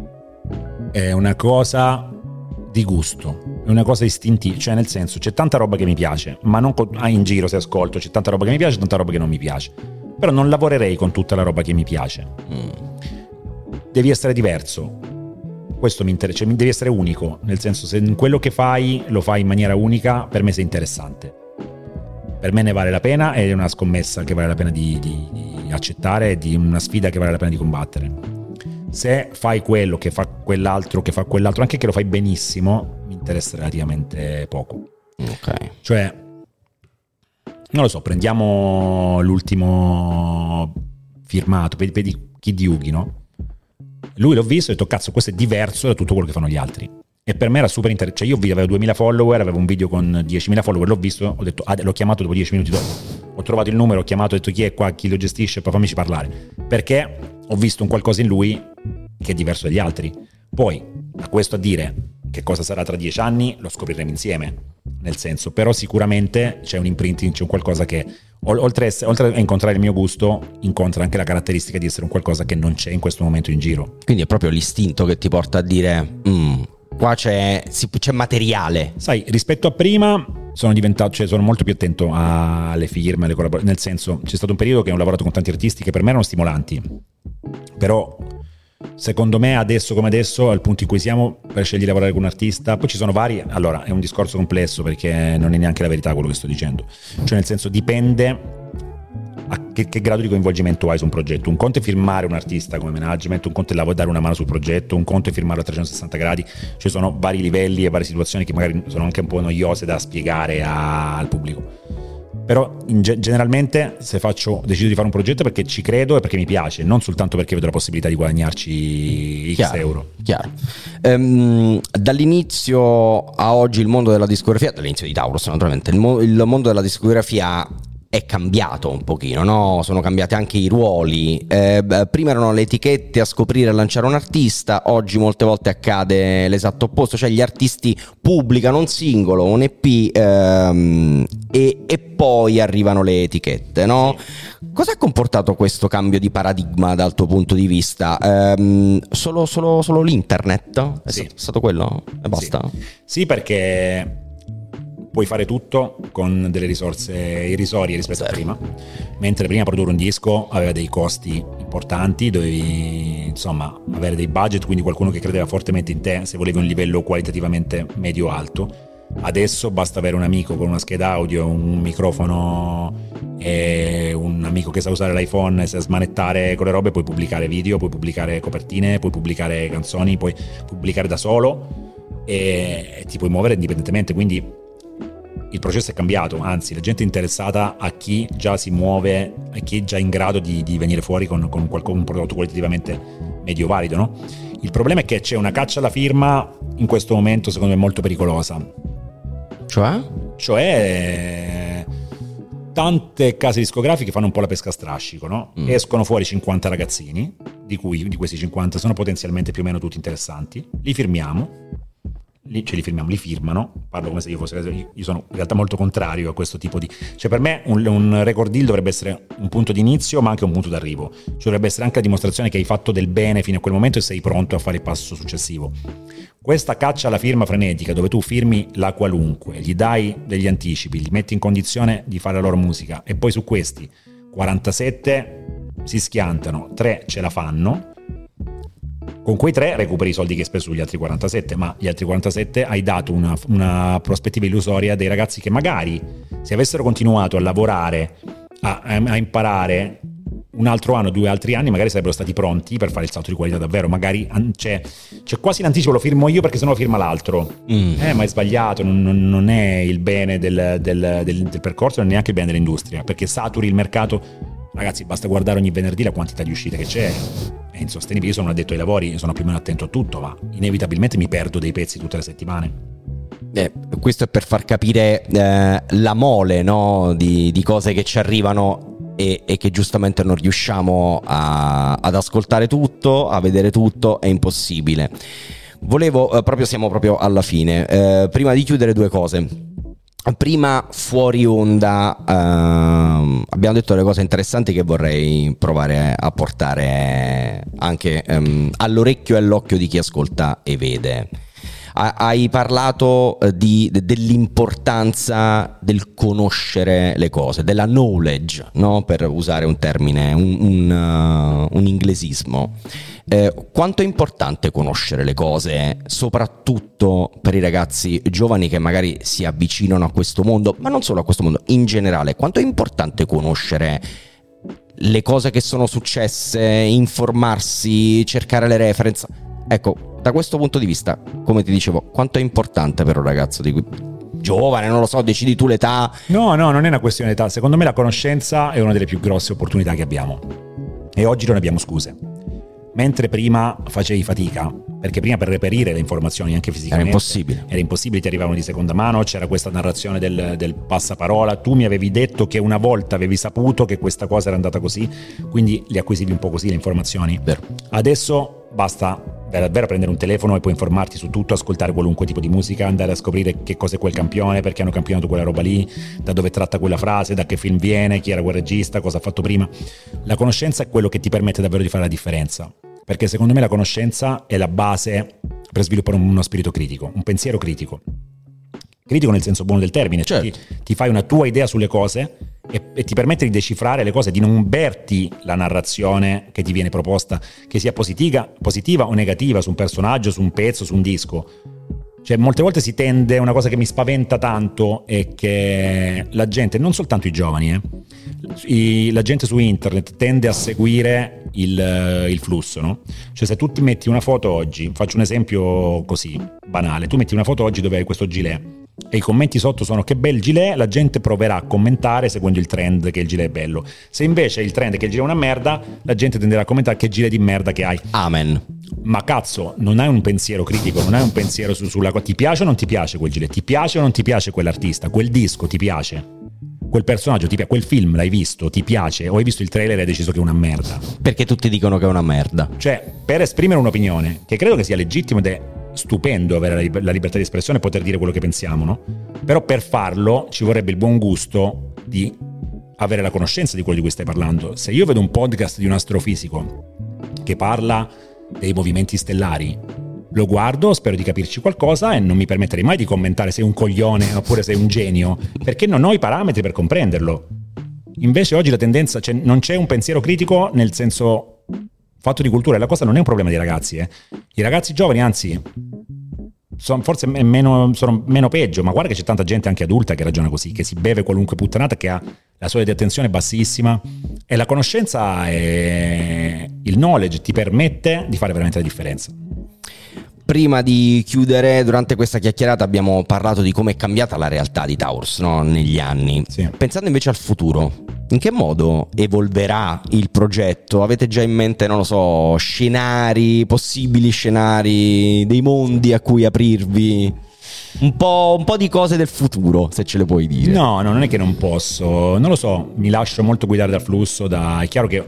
È una cosa di gusto, è una cosa istintiva, cioè nel senso c'è tanta roba che mi piace, ma non in giro se ascolto, c'è tanta roba che mi piace, tanta roba che non mi piace, però non lavorerei con tutta la roba che mi piace. Devi essere diverso, questo mi interessa, cioè devi essere unico, nel senso se quello che fai lo fai in maniera unica, per me sei interessante, per me ne vale la pena, è una scommessa che vale la pena di accettare, di una sfida che vale la pena di combattere. Se fai quello che fa quell'altro, anche che lo fai benissimo, mi interessa relativamente poco. Ok. Cioè, non lo so, prendiamo l'ultimo firmato, vedi Kid Yugi, no? Lui l'ho visto e ho detto, cazzo, questo è diverso da tutto quello che fanno gli altri. E per me era super interessante. Cioè, io avevo 2000 follower, avevo un video con 10.000 follower, l'ho visto, ho detto, l'ho chiamato dopo 10 minuti dopo. Ho trovato il numero, ho chiamato, ho detto chi è qua, chi lo gestisce, poi fammici parlare. Perché ho visto un qualcosa in lui che è diverso dagli altri. Poi, da questo a dire che cosa sarà tra 10 anni, lo scopriremo insieme. Nel senso, però sicuramente c'è un imprinting, c'è un qualcosa che, oltre a incontrare il mio gusto, incontra anche la caratteristica di essere un qualcosa che non c'è in questo momento in giro. Quindi è proprio l'istinto che ti porta a dire qua c'è materiale. Sai, rispetto a prima sono diventato, cioè sono molto più attento alle firme, alle collaborazioni. Nel senso, c'è stato un periodo che ho lavorato con tanti artisti che per me erano stimolanti, però secondo me adesso come adesso, al punto in cui siamo, per scegliere di lavorare con un artista, poi ci sono vari, allora è un discorso complesso perché non è neanche la verità quello che sto dicendo, cioè nel senso dipende a che grado di coinvolgimento hai su un progetto. Un conto è firmare un artista come management, un conto è dare una mano sul progetto, un conto è firmarlo a 360 gradi, ci sono vari livelli e varie situazioni che magari sono anche un po' noiose da spiegare al pubblico. Però generalmente se decido di fare un progetto perché ci credo e perché mi piace, non soltanto perché vedo la possibilità di guadagnarci X euro. Chiaro. Dall'inizio a oggi il mondo della discografia, dall'inizio di Taurus naturalmente, il mondo della discografia è cambiato un pochino, no? Sono cambiati anche i ruoli. Prima erano le etichette a scoprire e lanciare un artista, oggi molte volte accade l'esatto opposto, cioè gli artisti pubblicano un singolo, un EP e poi arrivano le etichette, no? Sì. Cosa ha comportato questo cambio di paradigma dal tuo punto di vista? Solo l'internet? È stato quello? E basta? Sì, perché puoi fare tutto con delle risorse irrisorie rispetto a prima, mentre prima produrre un disco aveva dei costi importanti, dovevi insomma avere dei budget, quindi qualcuno che credeva fortemente in te se volevi un livello qualitativamente medio-alto. Adesso basta avere un amico con una scheda audio, un microfono e un amico che sa usare l'iPhone e sa smanettare con le robe, puoi pubblicare video, puoi pubblicare copertine, puoi pubblicare canzoni, puoi pubblicare da solo e ti puoi muovere indipendentemente, quindi il processo è cambiato, anzi la gente è interessata a chi già si muove, a chi è già in grado di venire fuori con un prodotto qualitativamente medio valido, no? Il problema è che c'è una caccia alla firma in questo momento secondo me molto pericolosa. Cioè tante case discografiche fanno un po' la pesca a strascico, no? Escono fuori 50 ragazzini, di questi 50 sono potenzialmente più o meno tutti interessanti, li firmano, parlo come se io sono in realtà molto contrario a questo tipo di, cioè per me un record deal dovrebbe essere un punto di inizio ma anche un punto d'arrivo, cioè dovrebbe essere anche la dimostrazione che hai fatto del bene fino a quel momento e sei pronto a fare il passo successivo. Questa caccia alla firma frenetica dove tu firmi la qualunque, gli dai degli anticipi, li metti in condizione di fare la loro musica e poi su questi 47 si schiantano, 3 ce la fanno. Con quei 3 recuperi i soldi che hai speso sugli altri 47, ma gli altri 47 hai dato una prospettiva illusoria dei ragazzi che magari se avessero continuato a lavorare, a imparare un altro anno, 2 altri anni, magari sarebbero stati pronti per fare il salto di qualità davvero. Magari c'è quasi l'anticipo, lo firmo io perché sennò lo firma l'altro. Ma è sbagliato, non è il bene del percorso, non è neanche il bene dell'industria, perché saturi il mercato. Ragazzi, basta guardare ogni venerdì la quantità di uscite che c'è, è insostenibile. Io sono un addetto ai lavori, sono più o meno attento a tutto, ma inevitabilmente mi perdo dei pezzi tutte le settimane. Questo è per far capire la mole, no? di cose che ci arrivano e che giustamente non riusciamo ad ascoltare tutto, a vedere tutto, è impossibile. Siamo proprio alla fine. Prima di chiudere, 2 cose. Prima, fuori onda, abbiamo detto delle cose interessanti che vorrei provare a portare anche all'orecchio e all'occhio di chi ascolta e vede. Hai parlato dell'importanza del conoscere le cose, della knowledge, no? Per usare un termine, un inglesismo. Quanto è importante conoscere le cose, soprattutto per i ragazzi giovani che magari si avvicinano a questo mondo, ma non solo a questo mondo, in generale? Quanto è importante conoscere le cose che sono successe, informarsi, cercare le reference? Ecco, da questo punto di vista, come ti dicevo, quanto è importante per un ragazzo giovane, non lo so, decidi tu l'età? No, non è una questione di età. Secondo me la conoscenza è una delle più grosse opportunità che abbiamo e oggi non abbiamo scuse. Mentre prima facevi fatica, perché prima per reperire le informazioni anche fisicamente era impossibile, ti arrivavano di seconda mano, c'era questa narrazione del passaparola, tu mi avevi detto che una volta avevi saputo che questa cosa era andata così, quindi le acquisivi un po' così le informazioni. Vero. Adesso basta davvero prendere un telefono e puoi informarti su tutto, ascoltare qualunque tipo di musica, andare a scoprire che cos'è quel campione, perché hanno campionato quella roba lì, da dove tratta quella frase, da che film viene, chi era quel regista, cosa ha fatto prima. La conoscenza è quello che ti permette davvero di fare la differenza, perché secondo me la conoscenza è la base per sviluppare uno spirito critico, un pensiero critico nel senso buono del termine, certo. Cioè ti fai una tua idea sulle cose e ti permette di decifrare le cose, di non berti la narrazione che ti viene proposta, che sia positiva o negativa, su un personaggio, su un pezzo, su un disco. Cioè molte volte si tende, una cosa che mi spaventa tanto è che la gente, non soltanto i giovani, la gente su internet tende a seguire il flusso, no? Cioè se tu ti metti una foto oggi, faccio un esempio così banale, tu metti una foto oggi dove hai questo gilet e i commenti sotto sono che bel gilet, la gente proverà a commentare seguendo il trend che il gilet è bello. Se invece il trend è che il gilet è una merda, la gente tenderà a commentare che gilet di merda che hai. Amen. Ma cazzo, non hai un pensiero critico, non hai un pensiero sulla cosa. Ti piace o non ti piace quel gilet? Ti piace o non ti piace quell'artista? Quel disco ti piace? quel personaggio, quel film l'hai visto, ti piace, o hai visto il trailer e hai deciso che è una merda. Perché tutti dicono che è una merda. Cioè, per esprimere un'opinione, che credo che sia legittimo ed è stupendo avere la libertà di espressione e poter dire quello che pensiamo, no? Però per farlo ci vorrebbe il buon gusto di avere la conoscenza di quello di cui stai parlando. Se io vedo un podcast di un astrofisico che parla dei movimenti stellari, lo guardo, spero di capirci qualcosa e non mi permetterei mai di commentare se è un coglione oppure se è un genio, perché non ho i parametri per comprenderlo. Invece oggi la tendenza, cioè non c'è un pensiero critico nel senso fatto di cultura, e la cosa non è un problema dei ragazzi. I ragazzi giovani, anzi, sono meno peggio, ma guarda che c'è tanta gente anche adulta che ragiona così, che si beve qualunque puttanata, che ha la soglia di attenzione bassissima, e la conoscenza e il knowledge ti permette di fare veramente la differenza. Prima di chiudere, durante questa chiacchierata abbiamo parlato di come è cambiata la realtà di Taurus, no? Negli anni. Sì. Pensando invece al futuro, in che modo evolverà il progetto? Avete già in mente, non lo so, possibili scenari, dei mondi a cui aprirvi? Un po' di cose del futuro, se ce le puoi dire. No, non è che non posso, non lo so, mi lascio molto guidare dal flusso, è chiaro che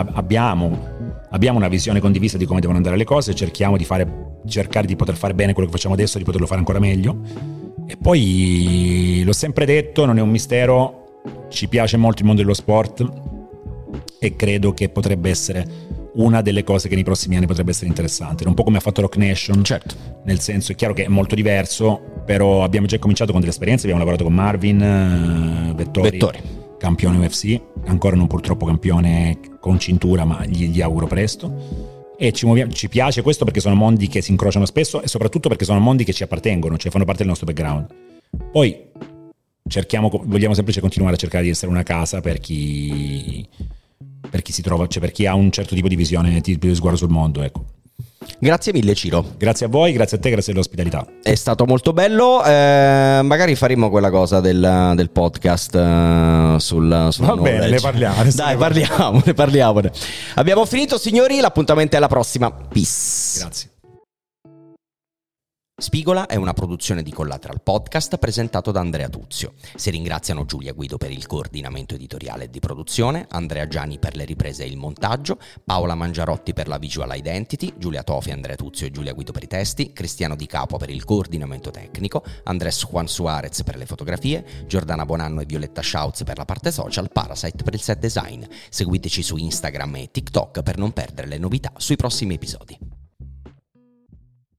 abbiamo una visione condivisa di come devono andare le cose, cercare di poter fare bene quello che facciamo adesso, di poterlo fare ancora meglio. E poi l'ho sempre detto, non è un mistero, ci piace molto il mondo dello sport e credo che potrebbe essere una delle cose che nei prossimi anni potrebbe essere interessante, un po' come ha fatto Rock Nation. Certo. Nel senso, è chiaro che è molto diverso, però abbiamo già cominciato con delle esperienze, abbiamo lavorato con Marvin Vettori. Campione UFC, ancora non purtroppo campione con cintura, ma gli auguro presto. E ci piace questo perché sono mondi che si incrociano spesso e soprattutto perché sono mondi che ci appartengono, cioè fanno parte del nostro background. Poi vogliamo semplicemente continuare a cercare di essere una casa per chi si trova, cioè per chi ha un certo tipo di visione, tipo di sguardo sul mondo, ecco. Grazie mille, Ciro. Grazie a voi, grazie a te, grazie dell'ospitalità. È stato molto bello. Magari faremo quella cosa del podcast sul Va bene, ne parliamo. Dai, ne parliamo. Abbiamo finito, signori. L'appuntamento è alla prossima. Peace. Grazie. Spigola è una produzione di Collateral Podcast presentato da Andrea Tuzio. Si ringraziano Giulia Guido per il coordinamento editoriale e di produzione, Andrea Gianni per le riprese e il montaggio, Paola Mangiarotti per la visual identity, Giulia Tofi, Andrea Tuzio e Giulia Guido per i testi, Cristiano Di Capo per il coordinamento tecnico, Andrés Juan Suarez per le fotografie, Giordana Bonanno e Violetta Schautz per la parte social, Parasite per il set design. Seguiteci su Instagram e TikTok per non perdere le novità sui prossimi episodi.